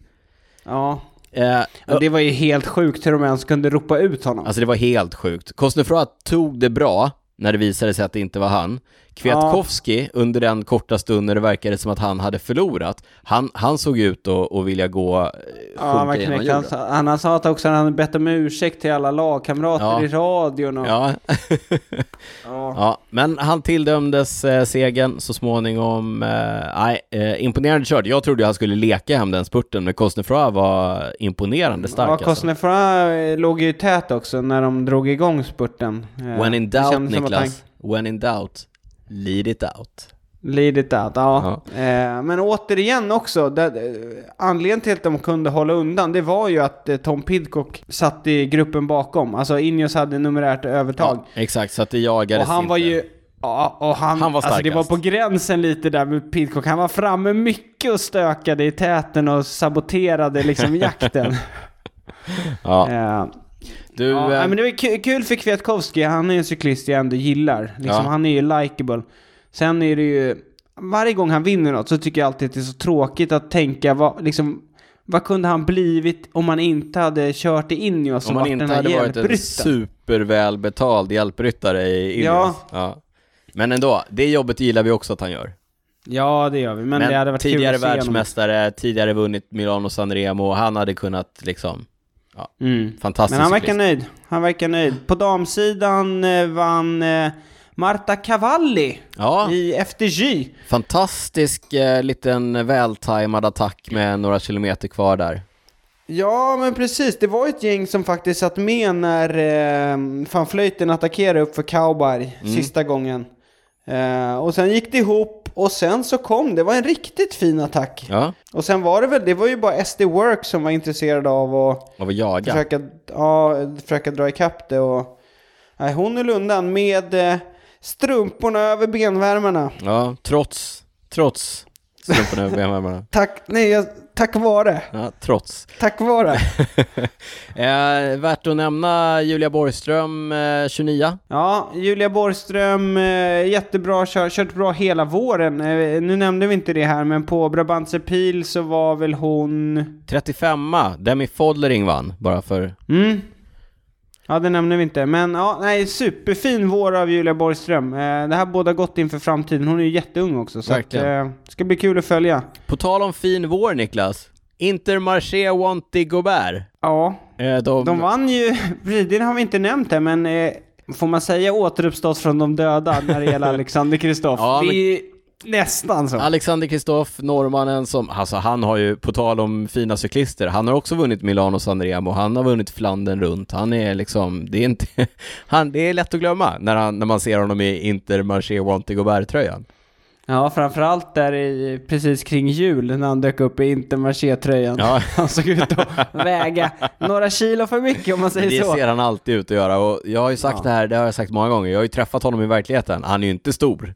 Ja. Eh, och det var ju helt sjukt hur de ens kunde ropa ut honom. Alltså det var helt sjukt. Cosnefroy tog det bra när det visade sig att det inte var han. Kwiatkowski, ja. Under den korta stunden det verkade som att han hade förlorat. Han, han såg ut att och vilja gå eh, ja, verkligen. Han, han, han sa att också han hade bett om ursäkt till alla lagkamrater ja. I radion. Och... Ja. ja. ja, men han tilldömdes eh, segern så småningom. Nej, eh, eh, imponerande kört. Jag trodde han skulle leka hem den spurten, men Cosnefroy var imponerande stark. Ja, Cosnefroy alltså. Låg ju tät också när de drog igång spurten. When in doubt, Niklas. Han... When in doubt. Lead it out. Lead it out, ja. ja. Eh, men återigen också, det, anledningen till att de kunde hålla undan, det var ju att eh, Tom Pidcock satt i gruppen bakom. Alltså Ineos hade numerärt övertag. Ja, exakt, så att det jagades och han inte. var ju, ja, och han, han var starkast. Alltså det var på gränsen lite där med Pidcock. Han var framme mycket och stökade i täten och saboterade liksom jakten. ja. Eh, Du, ja, äh... men det var kul för Kwiatkowski. Han är en cyklist jag ändå gillar liksom, ja. Han är ju likeable. Sen är det ju varje gång han vinner något så tycker jag alltid att det är så tråkigt att tänka vad, liksom, vad kunde han blivit om man inte hade kört in i oss. Om man inte hade varit en supervälbetald hjälpryttare i Ineos. Ja. ja. Men ändå, det jobbet gillar vi också att han gör. Ja, det gör vi. Men, men det hade varit tidigare kul att världsmästare, tidigare vunnit Milano Sanremo. Han hade kunnat liksom... Ja, mm. fantastiskt. Men han verkar nöjd. Han verkar nöjd. På damsidan eh, vann eh, Marta Cavalli ja. I F D J. Fantastisk eh, liten vältajmad attack med några kilometer kvar där. Ja, men precis. Det var ett gäng som faktiskt satt med när eh, Van Vleuten attackerade upp för Kauberg mm. sista gången. Eh, och sen gick det ihop. Och sen så kom, det var en riktigt fin attack. Ja. Och sen var det väl, det var ju bara S D Work som var intresserad av att, av att jaga. Försöka, ja, försöka dra ikapp det. Och, nej, hon är lundan med eh, strumporna över benvärmarna. Ja, trots, trots strumporna över B M W-armarna. Tack, nej, jag, tack vare. Ja, trots. Tack vare. eh, värt att nämna Julia Borgström, eh, tjugonio. Ja, Julia Borgström, eh, jättebra, kör, kört bra hela våren. Eh, nu nämnde vi inte det här, men på Brabantse Pil så var väl hon... trettiofem, Demi Follering vann, bara för... Mm. Ja, det nämnde vi inte. Men ja, nej, superfin vår av Julia Borgström. Eh, det här båda gått inför framtiden. Hon är ju jätteung också. Så att, eh, ska bli kul att följa. På tal om fin vår, Niklas. Intermarché Wanty Gobert. Ja, eh, de... de vann ju... Det har vi inte nämnt här, men eh, får man säga återuppstått från de döda när det gäller Alexander Kristoff? Ja, men... Det är nästan så. Alexander Kristoff, norrmannen som... Alltså han har ju, på tal om fina cyklister, han har också vunnit Milano Sanremo. Han har vunnit Flandern runt. Han är liksom... Det är inte... han, det är lätt att glömma när, han, när man ser honom i Intermarché Wanty Gobert-tröjan. Ja, framförallt där i, precis kring jul när han dök upp i Intermarché-tröjan. Ja. Han såg ut att väga några kilo för mycket, om man säger det så. Det ser han alltid ut att göra. Och jag har ju sagt ja. det här, det har jag sagt många gånger. Jag har ju träffat honom i verkligheten. Han är ju inte stor.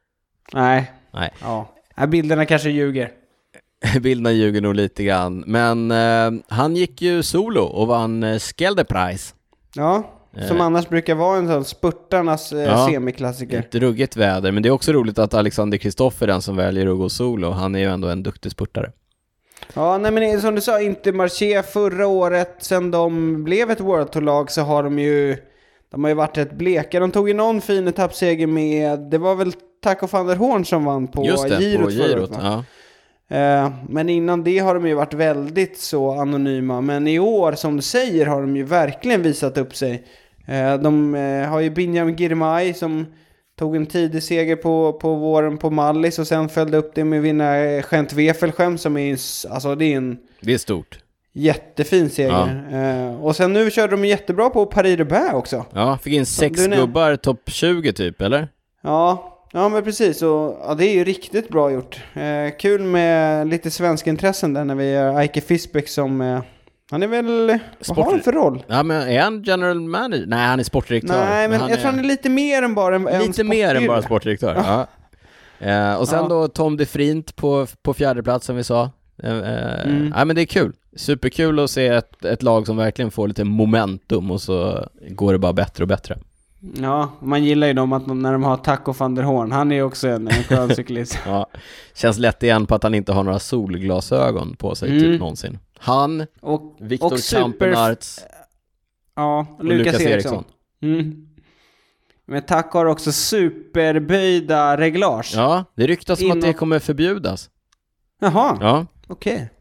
Nej. Nej. Ja. Ja, bilderna kanske ljuger. Bilderna ljuger nog lite grann. Men eh, han gick ju solo och vann eh, Skelderprijs. Ja. Som eh. annars brukar vara en sån spurtarnas eh, ja, semiklassiker. Ett ruggigt väder, men det är också roligt att Alexander Kristoff är den som väljer att gå solo. Han är ju ändå en duktig spurtare. Ja, nej men som du sa, Intermarché förra året, sen de blev ett World Tour-lag så har de ju de har ju varit rätt bleka. De tog ju någon fin etappseger med, det var väl Taco van der Hoorn som vann på Just det, girot, på girot ja. Uh, men innan det har de ju varit väldigt så anonyma. Men i år, som du säger, har de ju verkligen visat upp sig. Uh, de uh, har ju Binyam Girmay som tog en tidig seger på, på våren på Mallis och sen följde upp det med att vinna Gent-Wevelgem som är, alltså det är en... Det är stort. Jättefin seger. Ja. Uh, och sen nu körde de jättebra på Paris-Roubaix också. Ja, fick in sex gubbar, topp tjugo typ, eller? Ja. Ja, men precis. Och, ja, det är ju riktigt bra gjort. Eh, kul med lite svenska intressen där när vi har Eike Fisbeck som... Eh, han är väl... Sport... Vad har han för roll? Ja, men är han general manager? Nej, han är sportdirektör. Nej, men, men jag är... tror han är lite mer än bara en Lite mer än bara sportdirektör, ja. ja. Eh, och sen ja. då Tom de Frint på, på fjärde plats som vi sa. Eh, mm. Ja, men det är kul. Superkul att se ett, ett lag som verkligen får lite momentum och så går det bara bättre och bättre. Ja, man gillar ju dem att när de har Taco van der Hoorn. Han är ju också en, en skön cyklist. Ja, känns lätt igen på att han inte har några solglasögon på sig mm. typ någonsin. Han, och Viktor Kampenarts ja, och Lukas Eriksson. Eriksson. Mm. Men Taco har också superböjda reglage. Ja, det ryktas om att det kommer förbjudas. Jaha, ja. okej. Okay.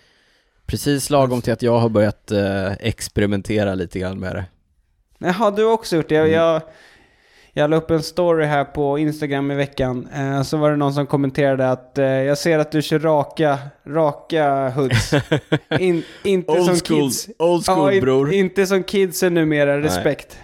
Precis lagom till att jag har börjat eh, experimentera lite grann med det. Jaha, du har också gjort det. Jag, mm. jag, jag la upp en story här på Instagram i veckan. Eh, så var det någon som kommenterade att eh, jag ser att du kör raka, raka hoods. In, inte old som school, kids. Old school, ja, bror. In, inte som kids är numera, respekt.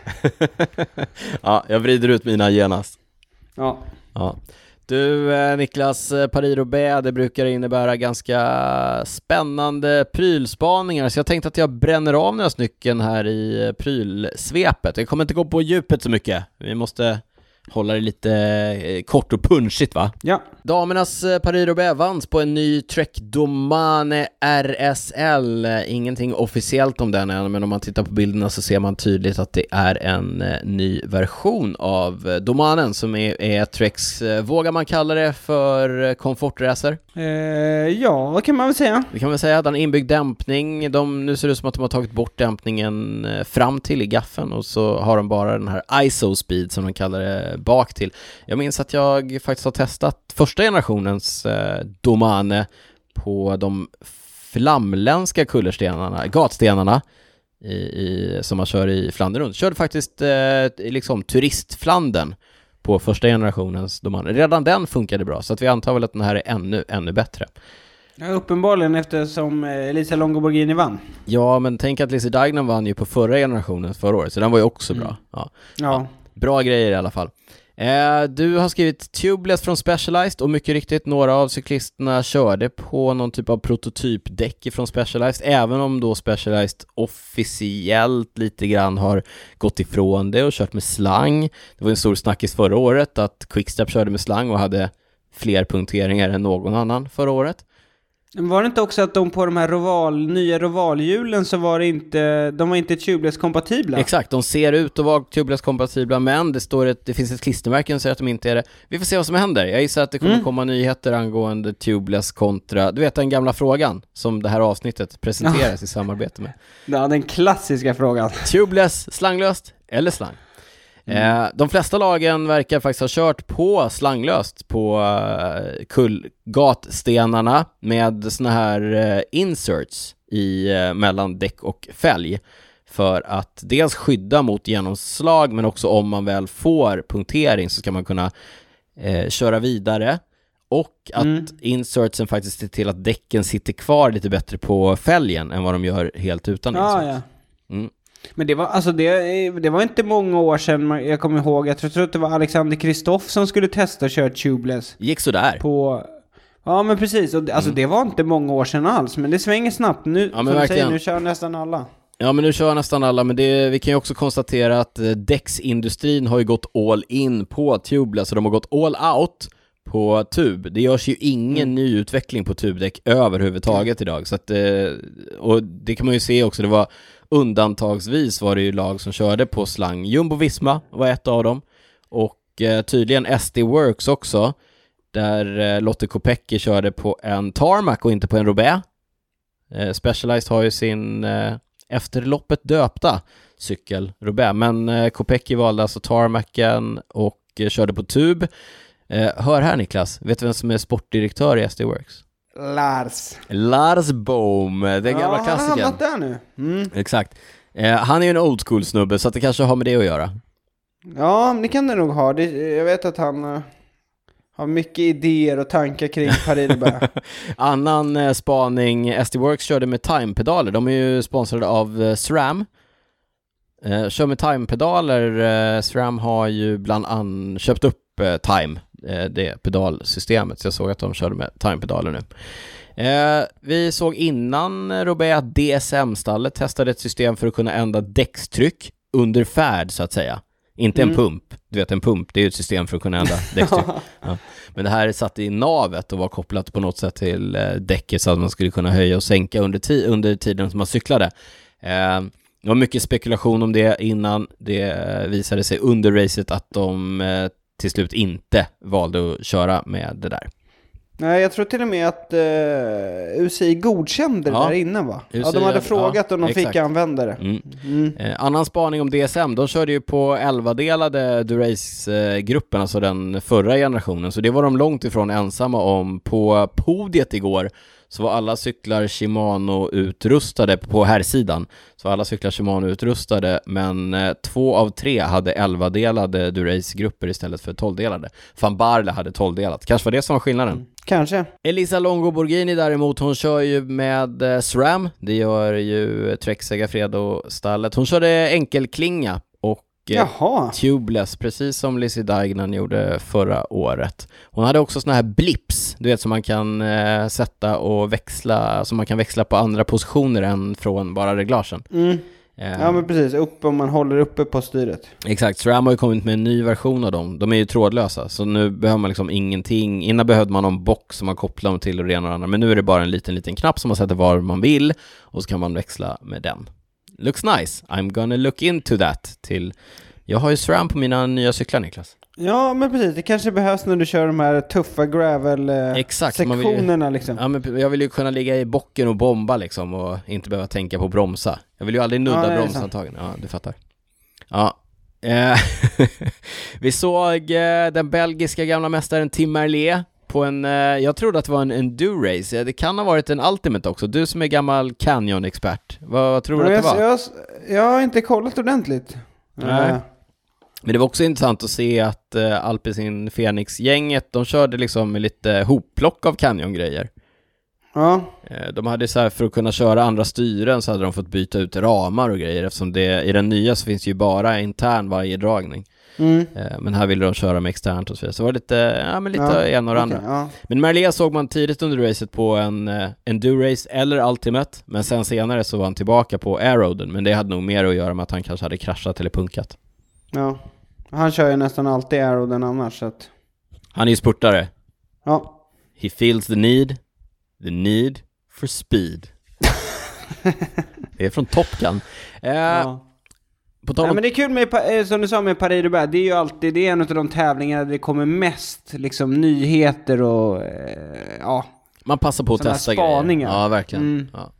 Ja, jag vrider ut mina genast. Ja. Ja. Du eh, Niklas, Paris-Roubaix, det brukar innebära ganska spännande prylspaningar, så jag tänkte att jag bränner av några stycken här i prylsvepet. Jag kommer inte gå på djupet så mycket, vi måste hålla det lite eh, kort och punchigt, va? Ja. Damernas eh, Paris-Roubaix vanns på en ny Trek Domane R S L. Ingenting officiellt om den än, men om man tittar på bilderna så ser man tydligt att det är en eh, ny version av eh, Domanen som är, är Treks, eh, vågar man kalla det för eh, komfortracer? Eh, ja, vad kan man väl säga? Det kan man säga, den inbyggd dämpning. De, nu ser det ut som att de har tagit bort dämpningen eh, fram till i gaffen och så har de bara den här I S O speed som de kallar det bak till. Jag minns att jag faktiskt har testat första generationens eh, Domane på de flamländska kullerstenarna, gatstenarna i, i, som man kör i Flandern runt. Körde faktiskt eh, liksom turistflandern på första generationens Domane. Redan den funkade bra, så att vi antar väl att den här är ännu, ännu bättre. Ja, uppenbarligen eftersom Elisa Longo Borghini vann. Ja, men tänk att Lizzie Deignan vann ju på förra generationen förra året, så den var ju också mm. bra. Ja. Ja. Ja, bra grejer i alla fall. Eh, du har skrivit Tubeless från Specialized, och mycket riktigt, några av cyklisterna körde på någon typ av prototypdäck från Specialized, även om då Specialized officiellt lite grann har gått ifrån det och kört med slang. Det var en stor snackis förra året att Quickstep körde med slang och hade fler punkteringar än någon annan förra året. Var det inte också att de på de här Roval, nya Roval-hjulen så var det inte, de var inte tubeless-kompatibla? Exakt, de ser ut att vara tubeless-kompatibla, men det står ett, det finns ett klistermärke som säger att de inte är det. Vi får se vad som händer. Jag gissar att det kommer mm. komma nyheter angående tubeless kontra, du vet den gamla frågan som det här avsnittet presenteras i samarbete med. Ja, den klassiska frågan. Tubeless, slanglöst eller slang? Mm. Eh, de flesta lagen verkar faktiskt ha kört på slanglöst på uh, kullgatstenarna med såna här uh, inserts i, uh, mellan däck och fälg för att dels skydda mot genomslag, men också om man väl får punktering så ska man kunna uh, köra vidare, och att mm. insertsen faktiskt ser till att däcken sitter kvar lite bättre på fälgen än vad de gör helt utan ah, inserts. Ja. Mm. Men det var, alltså det, det var inte många år sedan, jag kommer ihåg, jag tror, jag tror att det var Alexander Kristoff som skulle testa att köra tubeless. Gick så där. På, ja men precis, och, alltså mm. det var inte många år sedan alls, men det svänger snabbt. Nu, ja, men verkligen. Säger, nu kör nästan alla. Ja, men nu kör nästan alla, men det, vi kan ju också konstatera att däcksindustrin har ju gått all in på tubeless, så de har gått all out på tub. Det görs ju ingen mm. ny utveckling på tubdäck överhuvudtaget idag, så att, och det kan man ju se också, det var undantagsvis var det ju lag som körde på slang. Jumbo Visma var ett av dem, och eh, tydligen S D Works också, där eh, Lotte Kopecky körde på en Tarmac och inte på en Roubaix. eh, Specialized har ju sin eh, efter loppet döpta cykel Roubaix, men eh, Kopecky valde alltså Tarmacen och eh, körde på tub. eh, Hör här Niklas, vet du vem som är sportdirektör i S D Works? Lars. Lars Bohm, den gamla ja, klassikern. Han har hamnat där nu. Mm. Exakt. Eh, han är ju en old school snubbe, så att det kanske har med det att göra. Ja, det kan det nog ha. Det, jag vet att han uh, har mycket idéer och tankar kring Paris-Roubaix. Annan eh, spaning, S D Works körde med timepedaler. De är ju sponsrade av eh, SRAM. Eh, kör med timepedaler. Eh, SRAM har ju bland annat köpt upp eh, Time, eh, det pedalsystemet. Så jag såg att de körde med timepedaler nu. Eh, vi såg innan Roubaix att D S M-stallet testade ett system för att kunna ändra däckstryck under färd, så att säga. Inte mm. en pump. Du vet, en pump, det är ju ett system för att kunna ändra däckstryck. Ja. Men det här är satt i navet och var kopplat på något sätt till eh, däcket, så att man skulle kunna höja och sänka under, ti- under tiden som man cyklade. Eh, det var mycket spekulation om det innan. Det visade sig under racet att de eh, till slut inte valde att köra med det där. Nej, jag tror till och med att uh, U C I godkände det ja. där innan, va? U C I, ja, de hade frågat ja, om de exakt. fick använda det. Mm. Mm. Eh, annan spaning om D S M, de körde ju på elva-delade Durace-gruppen, alltså den förra generationen, så det var de långt ifrån ensamma om. På podiet igår så var alla cyklar Shimano-utrustade på här sidan. Så alla cyklar Shimano-utrustade, men eh, två av tre hade elva-delade Durace-grupper istället för tolv-delade. Van Barle hade tolv-delat. Kanske var det som var skillnaden. Mm. Kanske. Elisa Longo Borghini däremot, hon kör ju med eh, SRAM. Det gör ju Trek Segafredo-stallet. Hon körde enkelklinga och Jaha. tubeless, precis som Lizzie Deignan gjorde förra året. Hon hade också såna här blips, du vet, som man kan eh, sätta och växla, som man kan växla på andra positioner än från bara reglagen. Mm. Eh. Ja, men precis, upp om man håller uppe på styret. Exakt, SRAM har ju kommit med en ny version av dem. De är ju trådlösa, så nu behöver man liksom ingenting. Innan behövde man någon box som man kopplar dem till och det ena och andra, men nu är det bara en liten liten knapp som man sätter var man vill och så kan man växla med den. Looks nice. I'm gonna look into that. Till jag har ju SRAM på mina nya cyklar, Niklas. Ja, men precis. Det kanske behövs när du kör de här tuffa gravel-sektionerna eh, liksom. Ja, men jag vill ju kunna ligga i bocken och bomba liksom och inte behöva tänka på att bromsa. Jag vill ju aldrig nudda ja, bromsantagen. Ja, du fattar. Ja. Eh, vi såg eh, den belgiska gamla mästaren Tim Merlier på en, eh, jag trodde att det var en enduro-race. Det kan ha varit en Ultimate också. Du som är gammal Canyon-expert. Vad, vad tror du ja, att det var? Jag, jag har inte kollat ordentligt. Nej. Uh. Men det var också intressant att se att uh, Alpecin Fenix-gänget, de körde liksom med lite hopplock av Canyon-grejer. Ja. Uh, de hade så här, för att kunna köra andra styren så hade de fått byta ut ramar och grejer, eftersom det, i den nya så finns ju bara intern varje dragning. Mm. Uh, men här ville de köra med externt och så vidare. Så det var lite, ja, men lite ja, en och okay, andra. Ja. Men Merlier såg man tidigt under racet på en uh, enduro-race eller Ultimate, men sen senare så var han tillbaka på aeroden, men det hade nog mer att göra med att han kanske hade kraschat eller punkat. Ja, han kör ju nästan alltid aeroden annars så att... Han är ju spurtare. Ja. He feels the need, the need for speed. Det är från Top Gun. Eh, ja. På tal om... ja, men det är kul med, som du sa med Paris-Roubaix. Det är ju alltid, det är en av de tävlingar där det kommer mest liksom nyheter och eh, ja. Man passar på att testa spaningar. grejer. Ja, verkligen. Mm. Ja.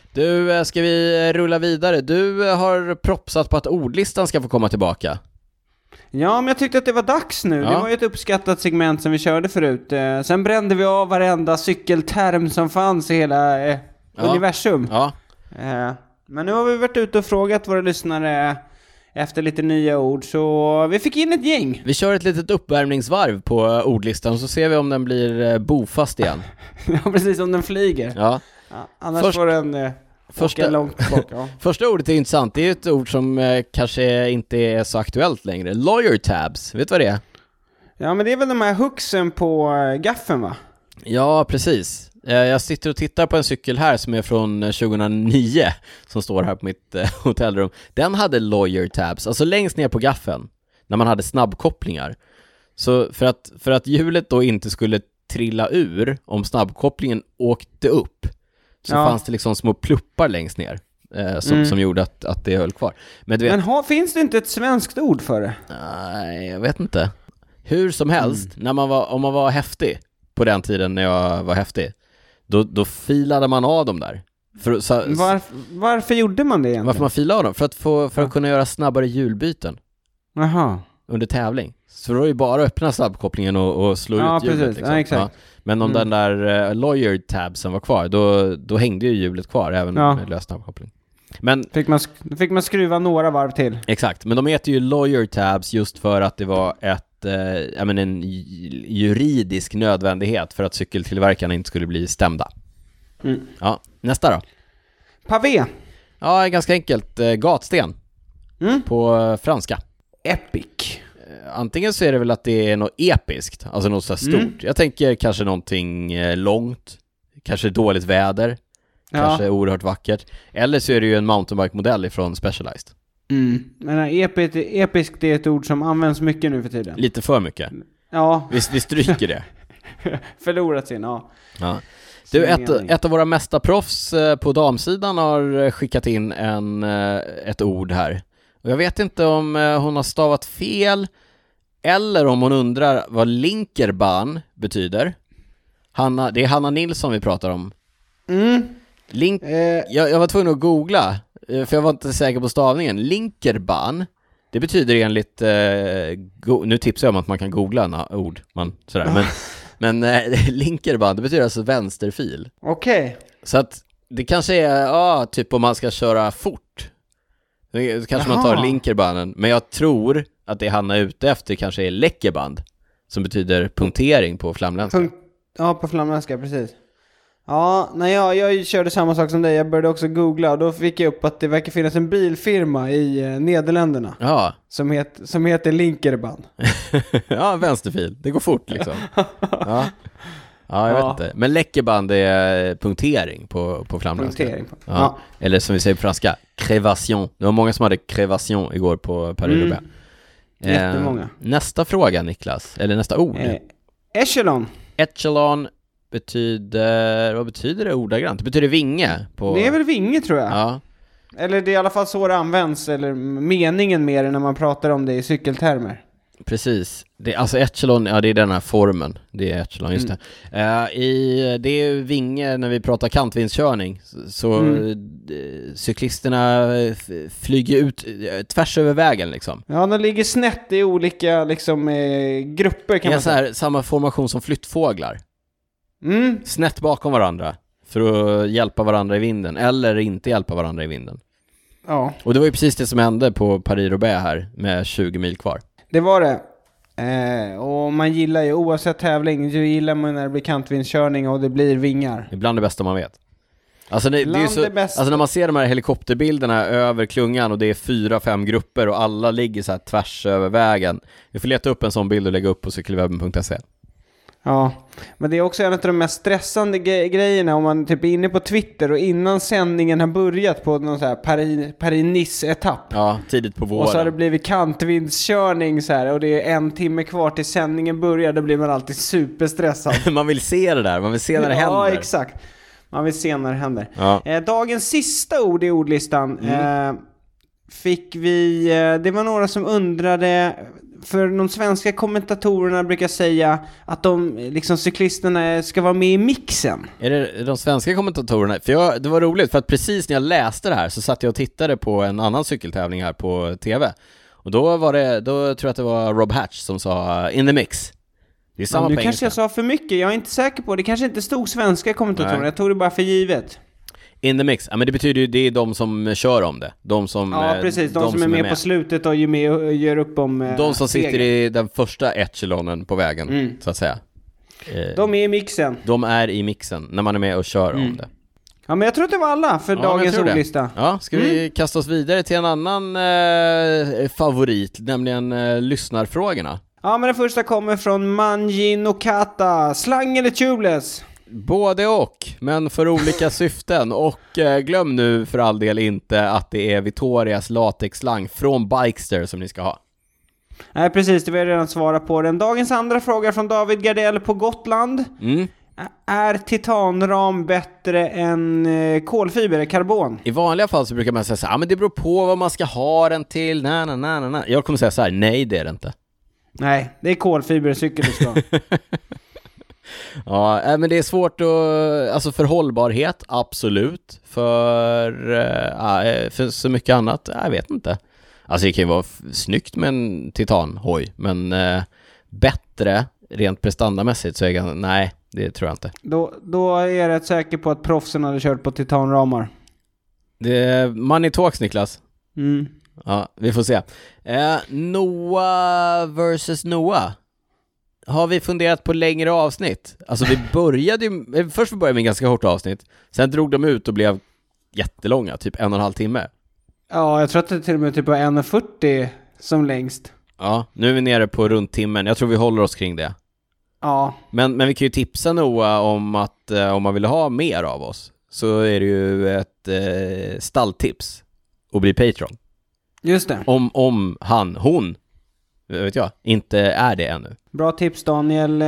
Du, ska vi rulla vidare? Du har propsat på att ordlistan ska få komma tillbaka. Ja, men jag tyckte att det var dags nu. Ja. Det var ju ett uppskattat segment som vi körde förut. Eh, sen brände vi av varenda cykelterm som fanns i hela eh, ja. universum. Ja. Eh, men nu har vi varit ute och frågat våra lyssnare efter lite nya ord, så vi fick in ett gäng. Vi kör ett litet uppvärmningsvarv på ordlistan, så ser vi om den blir bofast igen. Ja, precis, om den flyger. Ja. Ja, annars Först... får den... Eh, Första, långt bak, ja. Första ordet är intressant. Det är ett ord som eh, kanske inte är så aktuellt längre. Lawyer tabs, vet du vad det är? Ja, men det är väl de här hooksen på äh, gaffen, va? Ja, precis. eh, Jag sitter och tittar på en cykel här som är från tjugohundranio, som står här på mitt eh, hotellrum. Den hade lawyer tabs, alltså längst ner på gaffen, när man hade snabbkopplingar. Så för att, för att hjulet då inte skulle trilla ur om snabbkopplingen åkte upp, så ja. fanns det liksom små pluppar längst ner eh, som, mm. som gjorde att, att det höll kvar. Men, du vet, Men ha, finns det inte ett svenskt ord för det? Nej, jag vet inte. Hur som helst, mm. när man var, om man var häftig på den tiden när jag var häftig, då, då filade man av dem där. För, så, varför, varför gjorde man det egentligen? Varför man filade av dem? För att, få, för att ja. kunna göra snabbare hjulbyten. Aha. Under tävling. Så då är ju bara öppna snabbkopplingen och, och slå ja, ut hjulet. Precis. Liksom. Ja, exakt. Ja. Men om mm. den där uh, lawyer tabsen var kvar, då, då hängde ju hjulet kvar även ja. med lös snabbkoppling. Men fick man, sk- fick man skruva några varv till. Exakt, men de heter ju lawyer tabs just för att det var ett, eh, jag menar, en juridisk nödvändighet för att cykeltillverkarna inte skulle bli stämda. Mm. Ja, nästa då. Pavé. Ja, ganska enkelt. Eh, gatsten. Mm. På eh, franska. Epic. Antingen så är det väl att det är något episkt, alltså något så här stort. Mm. Jag tänker kanske någonting eh, långt, kanske dåligt väder, ja. kanske oerhört vackert. Eller så är det ju en mountainbike-modell ifrån Specialized. Mm. Men episk, episkt är ett ord som används mycket nu för tiden. Lite för mycket. Ja. Vi, vi stryker det. Förlorat sin, ja. Ja. Du, ett, ett av våra mesta proffs på damsidan har skickat in en, ett ord här. Och jag vet inte om hon har stavat fel eller om hon undrar vad Linkerbahn betyder. Hanna, det är Hanna Nilsson vi pratar om. Mm. Link, eh. jag, jag var tvungen att googla, för jag var inte säker på stavningen. Linkerbahn, det betyder enligt... Eh, go- nu tipsar jag om att man kan googla na- ord. Man, sådär. Men, men eh, Linkerbahn, det betyder alltså vänsterfil. Okej. Okay. Så att det kanske är, ja, typ om man ska köra fort. Då kanske Jaha. man tar Linkerbahnen. Men jag tror att det Hanna är ute efter kanske är Läckerband, som betyder punktering på flamländska. Punkt, ja, på flamländska, precis. Ja, nej, jag, jag körde samma sak som dig. Jag började också googla och då fick jag upp att det verkar finnas en bilfirma i eh, Nederländerna. Ja. Som, het, som heter Linkerbahn. Ja, vänsterfil. Det går fort liksom. Ja. Ja, jag ja. vet inte. Men Läckerband är punktering på, på flamländska. Punktering. På. Ja. Ja. Eller som vi säger på franska, crévation. Det var många som hade crévation igår på Paris-Roubaix. Mm. Jättemånga. Eh, nästa fråga, Niklas. Eller nästa ord. Eh, echelon. Echelon betyder... Vad betyder det ordagrant? Det betyder vinge. På... Det är väl vinge, tror jag. Ja. Eller det är i alla fall så det används. Eller meningen med det när man pratar om det i cykeltermer. Precis. Det, alltså echelon, ja, det är den här formen. Det är echelon, just mm. det. Uh, i, det är vinge när vi pratar kantvindskörning. Så, så mm. cyklisterna flyger ut tvärs över vägen liksom. Ja, de ligger snett i olika liksom, eh, grupper kan ja, man säga. Så här, samma formation som flyttfåglar. Mm. Snett bakom varandra. För att hjälpa varandra i vinden. Eller inte hjälpa varandra i vinden. Ja. Och det var ju precis det som hände på Paris-Roubaix här. Med tjugo mil kvar. Det var det. Eh, och man gillar ju, oavsett tävling, så gillar man när det blir kantvindskörning och det blir vingar. Det är bland det bästa man vet. Alltså, det, det är så, det alltså när man ser de här helikopterbilderna över klungan och det är fyra, fem grupper och alla ligger så här tvärs över vägen. Vi får leta upp en sån bild och lägga upp på cykelwebben punkt se. Ja, men det är också en av de mest stressande ge- grejerna om man typ är inne på Twitter och innan sändningen har börjat på någon så här Paris-Nice-etapp. Ja, tidigt på våren. Och så har det blivit kantvindskörning så här och det är en timme kvar till sändningen börjar, då blir man alltid superstressad. Man vill se det där, man vill se när det ja, händer. Ja, exakt. Man vill se när det händer. Ja. Eh, dagens sista ord i ordlistan mm. eh, fick vi, eh, det var några som undrade, för de svenska kommentatorerna brukar säga att de, liksom cyklisterna ska vara med i mixen. Är det de svenska kommentatorerna? För jag, det var roligt, för att precis när jag läste det här så satt jag och tittade på en annan cykeltävling här på tv. Och då var det, då tror jag att det var Rob Hatch som sa in the mix. Det är samma ja, nu på kanske engelska. jag sa för mycket, jag är inte säker på det. Kanske inte stod svenska kommentatorer, Nej. jag tog det bara för givet. In the mix, ja men det betyder ju, det är de som kör om det. De som, ja precis, de, de som, som är med, med på slutet och gör, med och gör upp om eh, de som seger. sitter i den första echelonen på vägen, mm. så att säga. eh, De är i mixen. De är i mixen, när man är med och kör mm. om det. Ja, men jag tror att det var alla för ja, dagens ordlista. Ja, ska mm. vi kasta oss vidare till en annan eh, favorit, nämligen eh, lyssnarfrågorna. Ja, men den första kommer från Manji Nokata. Slang eller tubeless? Både och, men för olika syften. Och eh, glöm nu för all del inte att det är Vittorias latexslang från Bikester som ni ska ha. Nej, precis, det vill jag redan svara på den. Dagens andra fråga från David Gardell på Gotland. Mm. Är titanram bättre än eh, kolfiber, karbon? I vanliga fall så brukar man säga så här, ah, men det beror på vad man ska ha den till. Na, na, na, na, na. Jag kommer säga så här, nej det är det inte. Nej, det är kolfibercykel du ska. Ja, men det är svårt att, alltså för hållbarhet, absolut. För, äh, för så mycket annat, jag vet inte. Alltså det kan ju vara f- snyggt med en titanhoj, men äh, bättre rent prestandamässigt så är jag, nej, det tror jag inte. Då, då är jag rätt säker på att proffsen hade kört på titanramar. Det är money talks, Niklas. Mm. Ja, vi får se. Eh, Noah versus Noah. Har vi funderat på längre avsnitt? Alltså vi började ju, först började med en ganska kort avsnitt. Sen drog de ut och blev jättelånga, typ en och en halv timme. Ja, jag tror att det till och med typ var en fyrtio som längst. Ja, nu är vi nere på runt timmen. Jag tror vi håller oss kring det. Ja. Men, men vi kan ju tipsa Noah om att eh, om man vill ha mer av oss så är det ju ett eh, stalltips att bli Patreon. Just det. Om, om han, hon, vet jag, inte är det ännu. Bra tips, Daniel.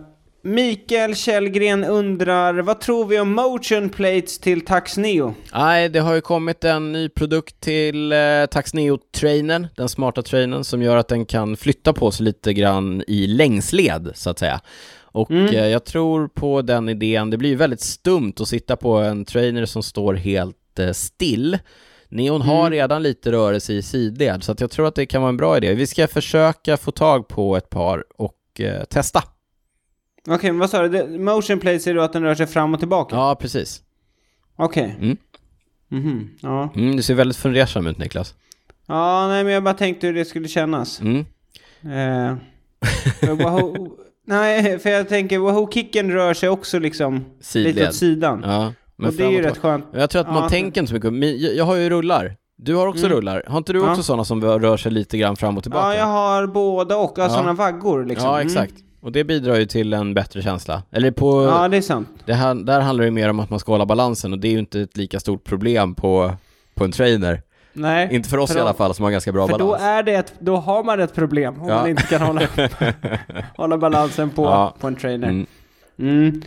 Mikael Källgren undrar, vad tror vi om motion plates till Tacx Neo? Nej, det har ju kommit en ny produkt till eh, Tacx Neo-trainern, den smarta trainern som gör att den kan flytta på sig lite grann i längsled, så att säga. Och mm. eh, jag tror på den idén. Det blir väldigt stumt att sitta på en trainer som står helt eh, still. Neon mm. har redan lite rörelse i sidled, så att jag tror att det kan vara en bra idé. Vi ska försöka få tag på ett par och eh, testa. Okej, okay, men vad sa du? Motion plates är då att den rör sig fram och tillbaka? Ja, precis. Okej. Okay. Mm. Mm-hmm. Ja. Mm, du ser väldigt fundersam ut, Niklas. Ja, nej, men jag bara tänkte hur det skulle kännas. Mm. Eh, för Wahoo, nej, för jag tänker Wahoo-kicken rör sig också liksom sidled. Lite åt sidan. Ja. Men och det är ju rätt skönt. Jag tror att man ja. tänker inte så mycket. Jag, jag har ju rullar. Du har också mm. rullar. Har inte du också ja. sådana som rör sig lite grann fram och tillbaka? Ja, jag har båda och ja. sådana vaggor liksom. Ja, exakt. Mm. Och det bidrar ju till en bättre känsla. Eller på... Ja, det är sant. Det här, där handlar det mer om att man ska hålla balansen. Och det är ju inte ett lika stort problem på, på en trainer. Nej. Inte för oss för då, i alla fall som har ganska bra för balans. För då, är det ett, då har man ett problem om ja. man inte kan hålla, hålla balansen på, ja. på en trainer. Mm. Mm.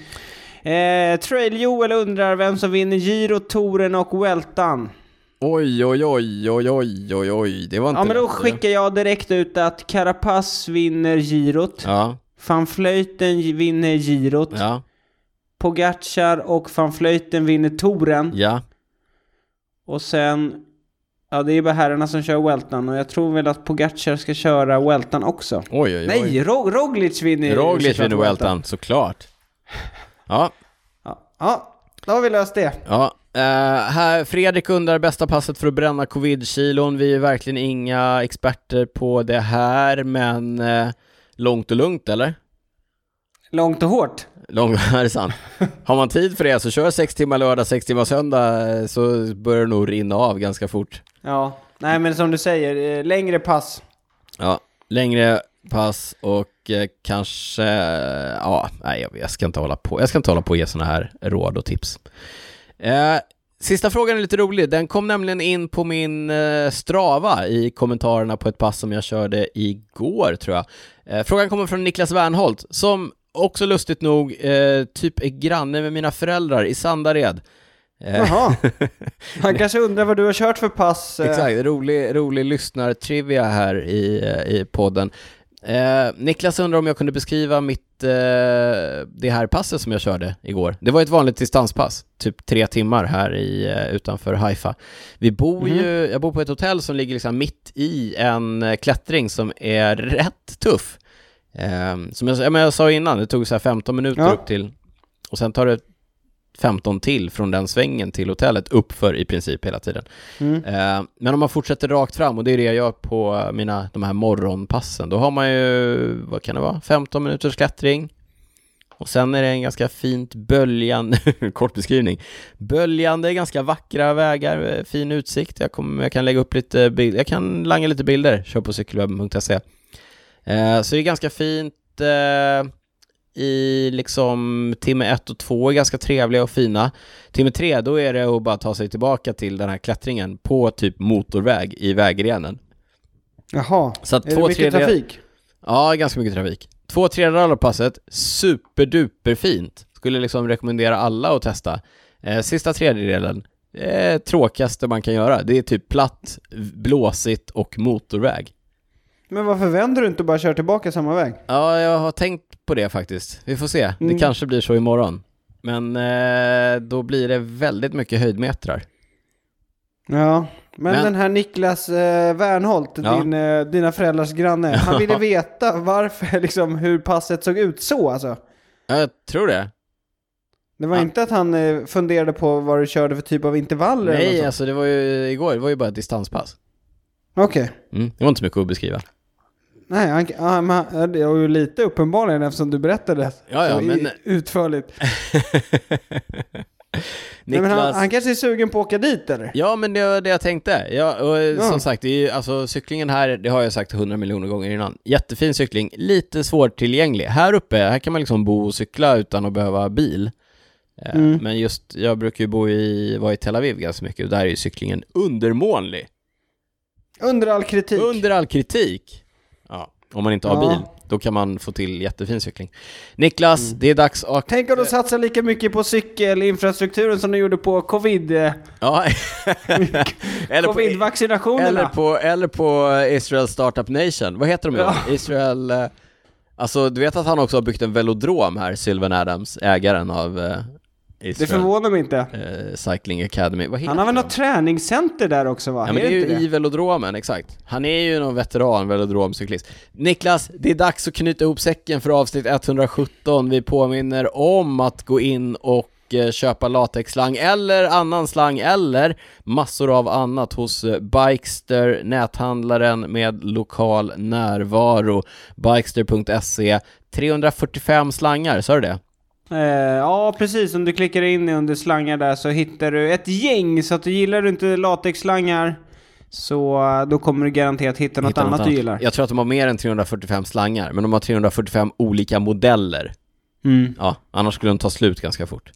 Eh, Trail Joel undrar vem som vinner Giro, Touren och Vueltan. Oj, oj, oj, oj, oj, oj, oj. Det var inte ja, men då rätt, skickar jag direkt ut att Carapaz vinner Girot. Ja. Van Vleuten vinner Girot. Ja. Pogacar och Van Vleuten vinner Touren. Ja. Och sen, ja, det är bara herrarna som kör Vueltan. Och jag tror väl att Pogacar ska köra Vueltan också. Oj, oj, oj. Nej, Rog- Roglic vinner Roglic vinner Vueltan, såklart. Ja. Ja, ja, då har vi löst det. Ja. Uh, här, Fredrik undrar bästa passet för att bränna covid-kilon. Vi är verkligen inga experter på det här, men uh, långt och lugnt, eller? Långt och hårt. Långt, är det sant? Har man tid för det så kör sex timmar lördag, sex timmar söndag, så börjar det nog rinna av ganska fort. Ja, nej men som du säger, längre pass. Ja, längre pass och eh, kanske, ja, nej jag ska inte hålla på. Jag ska inte hålla på och ge såna här råd och tips. Eh, sista frågan är lite rolig. Den kom nämligen in på min eh, Strava i kommentarerna på ett pass som jag körde igår, tror jag. Eh, frågan kommer från Niklas Wernholt, som också lustigt nog eh, typ är granne med mina föräldrar i Sandared. Jaha. Han kanske undrar vad du har kört för pass. Exakt, rolig, rolig lyssnar-trivia här i, i podden. Eh, Niklas undrar om jag kunde beskriva mitt eh, det här passet som jag körde igår. Det var ett vanligt distanspass, typ tre timmar här i, eh, utanför Haifa. Vi bor mm. ju, jag bor på ett hotell som ligger liksom mitt i en klättring som är rätt tuff. Eh, som jag, jag sa innan, det tog så här femton minuter ja. upp till, och sen tar det femton till från den svängen till hotellet uppför i princip hela tiden. Mm. Eh, men om man fortsätter rakt fram, och det är det jag gör på mina, de här morgonpassen, då har man ju, vad kan det vara, femton minuters klättring. Och sen är det en ganska fint böljande, kort beskrivning, böljande, ganska vackra vägar, fin utsikt. Jag, kommer, jag kan lägga upp lite bilder, jag kan langa lite bilder, kör på cykelwebben punkt se. Eh, så det är ganska fint. Eh, i liksom timme ett och två är ganska trevliga och fina. Timme tre, då är det att bara ta sig tillbaka till den här klättringen på typ motorväg i vägrenen. Jaha, så att är två, det mycket tredje... trafik? Ja, ganska mycket trafik. Två tredjedelar av passet, superduper fint. Skulle liksom rekommendera alla att testa. Eh, sista tredjedelen, eh, tråkigaste man kan göra. Det är typ platt, blåsigt och motorväg. Men varför vänder du inte och bara kör tillbaka samma väg? Ja, jag har tänkt på det faktiskt. Vi får se. Mm. Det kanske blir så imorgon. Men eh, då blir det väldigt mycket höjdmetrar. Ja, men, men den här Niklas eh, Wernholt, ja. din, eh, dina föräldrars granne, han ville veta varför, liksom, hur passet såg ut så alltså. Jag tror det. Det var ja. inte att han eh, funderade på vad du körde för typ av intervaller? Nej, eller alltså det var ju igår, det var ju bara ett distanspass. Okej. Okay. Mm, det var inte så mycket att beskriva. Nej, han, han, han, det var ju lite uppenbarligen eftersom du berättade ja, ja, men... utförligt. Niklas... Nej, men han, han kanske är sugen på att åka dit, eller? Ja, men det var det jag tänkte. Ja, och ja. Som sagt, det är ju, alltså, cyklingen här, det har jag sagt hundra miljoner gånger innan. Jättefin cykling, lite svårtillgänglig. Här uppe, här kan man liksom bo och cykla utan att behöva bil. Mm. Men just, jag brukar ju bo i, vara i Tel Aviv ganska mycket, och där är ju cyklingen undermånlig. Under all kritik. Under all kritik. Ja, om man inte har ja. bil, då kan man få till jättefin cykling. Niklas, mm. det är dags att... Tänk om du satsar lika mycket på cykelinfrastrukturen som du gjorde på covid. Ja. eller covid-vaccinationerna. Eller på, eller på Israel Startup Nation. Vad heter de? Ja. Israel... Alltså, du vet att han också har byggt en velodrom här, Sylvan Adams, ägaren av... Israel, det förvånar mig inte. Uh, Cycling Academy. Vad han har väl något träningscenter där också, va? Ja, men det är ju det? I velodromen, exakt. Han är ju någon veteran velodromcyklist. Niklas, det är dags att knyta ihop säcken för avsnitt etthundrasjutton. Vi påminner om att gå in och uh, köpa latexslang eller annan slang eller massor av annat hos uh, Bikester, näthandlaren med lokal närvaro. Bikester punkt se. trehundrafyrtiofem slangar, sa du det? Eh, ja, precis. Om du klickar in under slangar där så hittar du ett gäng. Så att du gillar du inte latexslangar, så då kommer du garanterat hitta något, hitta annat, något annat du gillar. Jag tror att de har mer än trehundrafyrtiofem slangar, men de har trehundrafyrtiofem olika modeller. Mm. Ja, annars skulle de ta slut ganska fort.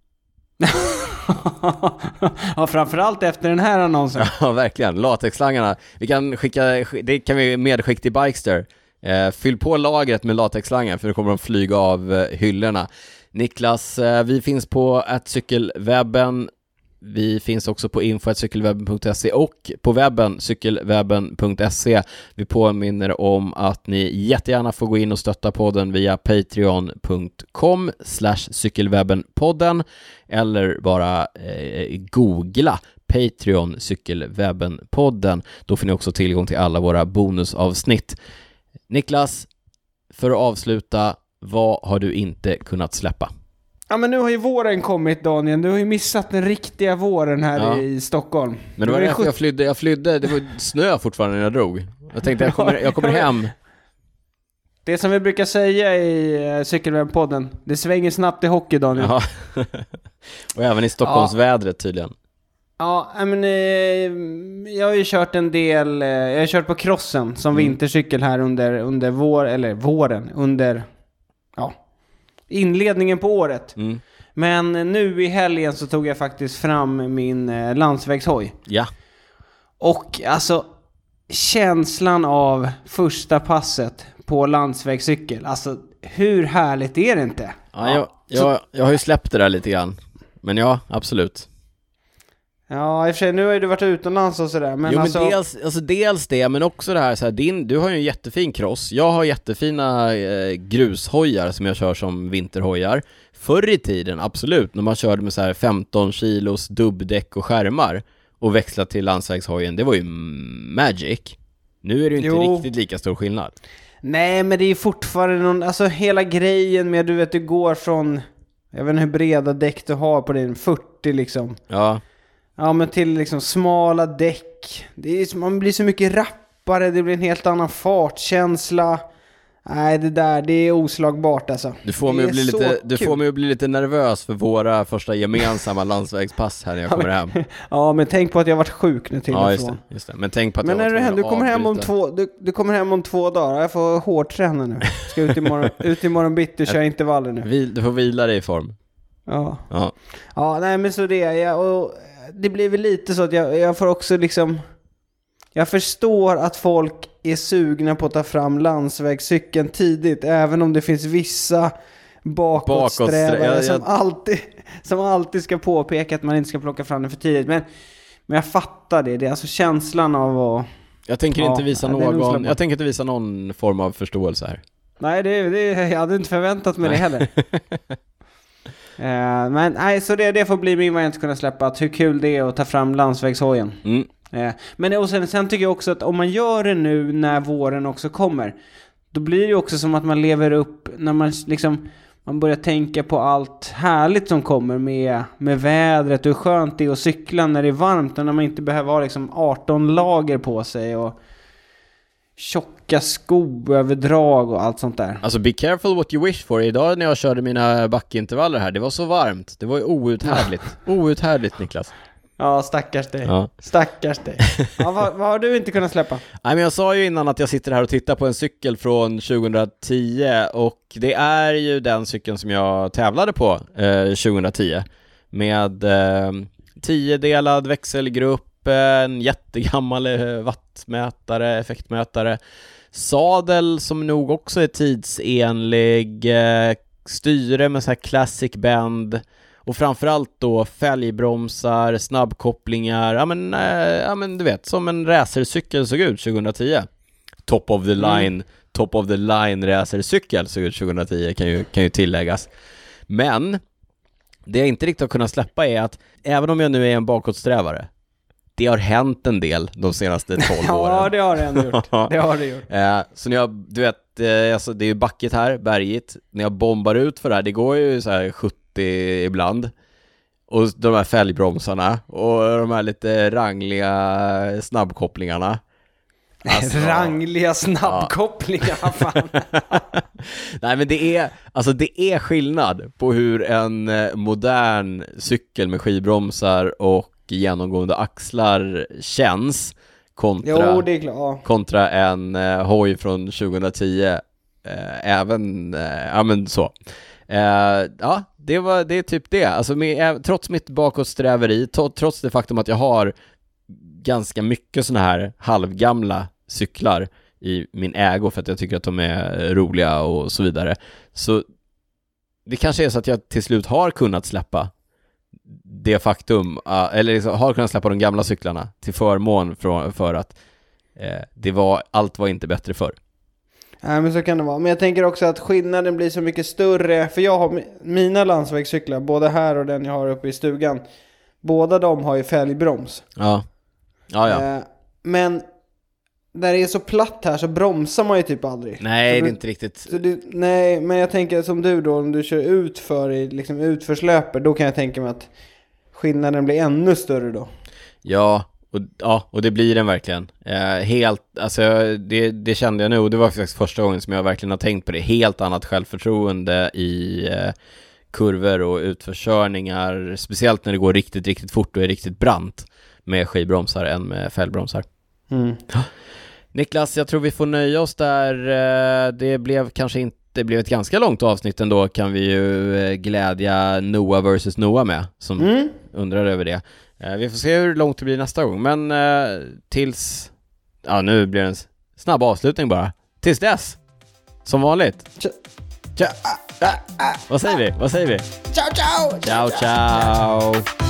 Ja, framförallt efter den här annonsen. Ja, verkligen. Latexslangarna. Vi kan skicka, det kan vi medskicka till Bikester. Eh, fyll på lagret med latexslangar, för då kommer de flyga av eh, hyllorna. Niklas, eh, vi finns på at cykelwebben. Vi finns också på info at cykelwebben punkt se och på webben cykelwebben punkt se. Vi påminner om att ni jättegärna får gå in och stötta podden via patreon punkt com slash cykelwebbenpodden eller bara eh, googla Patreon cykelwebbenpodden. Då får ni också tillgång till alla våra bonusavsnitt. Niklas, för att avsluta, vad har du inte kunnat släppa? Ja, men nu har ju våren kommit, Daniel. Du har ju missat den riktiga våren här ja. i Stockholm. Men det var därför jag flydde. Jag flydde, det var snö fortfarande när jag drog. Jag tänkte jag kommer, jag kommer hem. Det som vi brukar säga i Cykelwebben-podden, det svänger snabbt i hockey, Daniel. Ja. Och även i Stockholmsvädret tydligen. Ja, men eh, jag har ju kört en del, eh, jag har kört på crossen som mm. vintercykel här under, under vår, eller våren, under ja, inledningen på året. Mm. Men nu i helgen så tog jag faktiskt fram min eh, landsvägshoj. Ja. Och alltså känslan av första passet på landsvägscykel, alltså hur härligt är det inte? Ja, jag, jag, jag har ju släppt det där lite grann. Men ja, absolut. Ja, i och för sig, nu har ju du varit utomlands och sådär. Men jo, alltså... men dels, alltså dels det, men också det här, så här din, du har ju en jättefin cross. Jag har jättefina eh, grushojar som jag kör som vinterhojar. Förr i tiden, absolut, när man körde med så här femton kilos dubbdäck och skärmar och växla till landsvägshojen, det var ju magic. Nu är det ju inte jo. riktigt lika stor skillnad. Nej, men det är fortfarande någon, alltså hela grejen med, du vet, du går från, jag vet inte hur breda däck du har på din, fyrtio liksom. Ja. Ja, men till liksom smala däck. Det är, man blir så mycket rappare, det blir en helt annan fartkänsla. Nej, det där, det är oslagbart alltså. Du får mig att bli lite, du får mig att bli lite nervös för våra första gemensamma landsvägspass här när jag kommer hem. Ja, men tänk på att jag har varit sjuk nu till ja, och just det, just det. Men tänk på att men jag när var du, du kommer hem om två du, du kommer hem om två dagar. Jag får hårdträna nu. Ska ut imorgon ut imorgon bitti och köra intervaller nu. Vil, du får vila dig i form. Ja. Ja. Ja, nej men så det är jag, och det blir väl lite så att jag, jag får också liksom, jag förstår att folk är sugna på att ta fram landsvägscykeln tidigt, även om det finns vissa bakåtsträvare jag, jag... som, alltid, som alltid ska påpeka att man inte ska plocka fram den för tidigt. Men, men jag fattar det. Det är alltså känslan av att... Jag tänker ja, inte visa någon, jag tänker inte visa någon form av förståelse här. Nej, det, det, jag hade inte förväntat mig det heller. uh, men nej, så det, det får bli min variant att kunna släppa. Att hur kul det är att ta fram landsvägshojen. Mm. Men och sen, sen tycker jag också att om man gör det nu när våren också kommer, då blir det ju också som att man lever upp när man liksom man börjar tänka på allt härligt som kommer med, med vädret och hur skönt det är att cykla när det är varmt och när man inte behöver ha liksom arton lager på sig och tjocka skoöverdrag och allt sånt där. Alltså be careful what you wish for. Idag när jag körde mina backintervaller här, det var så varmt. Det var ju outhärdligt. outhärdligt, Niklas. Ja, stackars dig. Ja. Stackars dig. Ja, vad, vad har du inte kunnat släppa? Nej, men jag sa ju innan att jag sitter här och tittar på en cykel från tjugohundratio och det är ju den cykeln som jag tävlade på eh, tjugohundratio med eh, tio-delad växelgrupp, en jättegammal wattmätare, effektmätare, sadel som nog också är tidsenlig, eh, styre med så här classic band. Och framförallt då fälgbromsar, snabbkopplingar, ja men, äh, ja men du vet, som en racercykel såg ut tjugohundratio. Top of the line, mm. top of the line racercykel såg ut tjugohundratio kan ju, kan ju tilläggas. Men det jag inte riktigt har kunnat släppa är att även om jag nu är en bakåtsträvare, det har hänt en del de senaste tolv åren. Ja, det har det ändå gjort. Det har det gjort. Eh, så när jag, du vet, eh, alltså, det är ju backigt här, bergigt. När jag bombar ut för det här, det går ju så här sjuttio ibland. Och de här fälgbromsarna och de här lite rangliga snabbkopplingarna. Alltså, rangliga snabbkopplingar, ja. Fan. Nej, men det är, alltså det är skillnad på hur en modern cykel med skivbromsar och genomgående axlar känns kontra, jo, det är klart, ja. kontra en eh, hoj från tjugohundratio eh, även, eh, ja men så eh, ja, det var det är typ det, alltså med, trots mitt bakåtsträveri, to, trots det faktum att jag har ganska mycket såna här halvgamla cyklar i min ägo för att jag tycker att de är roliga och så vidare, så det kanske är så att jag till slut har kunnat släppa det faktum, eller liksom har kunnat släppa de gamla cyklarna till förmån för, för att eh, det var, allt var inte bättre förr. Nej, men så kan det vara. Men jag tänker också att skillnaden blir så mycket större, för jag har mina landsvägscyklar, både här och den jag har uppe i stugan, båda de har ju fälgbroms. Ja, ja, ja. Eh, men där det är så platt här så bromsar man ju typ aldrig. Nej, så det är inte riktigt. Så det, nej, men jag tänker som du då, om du kör ut för i liksom utförslöper, då kan jag tänka mig att skillnaden blir ännu större då. Ja, och, ja, och det blir den verkligen. Eh, helt, alltså det, det kände jag nu, och det var faktiskt första gången som jag verkligen har tänkt på det. Helt annat självförtroende i eh, kurvor och utförskörningar, speciellt när det går riktigt, riktigt fort och är riktigt brant med skivbromsar än med fällbromsar. Mm. Niklas, jag tror vi får nöja oss där. Det blev kanske inte, det blev ett ganska långt avsnitt ändå, kan vi ju glädja Noah versus Noah med, som mm. undrar över det. Vi får se hur långt det blir nästa gång, men tills, ja nu blir det en snabb avslutning bara. Tills dess, som vanligt. Tja. Tja. Vad säger vi? Vad säger vi? Ciao, ciao! Ciao, ciao!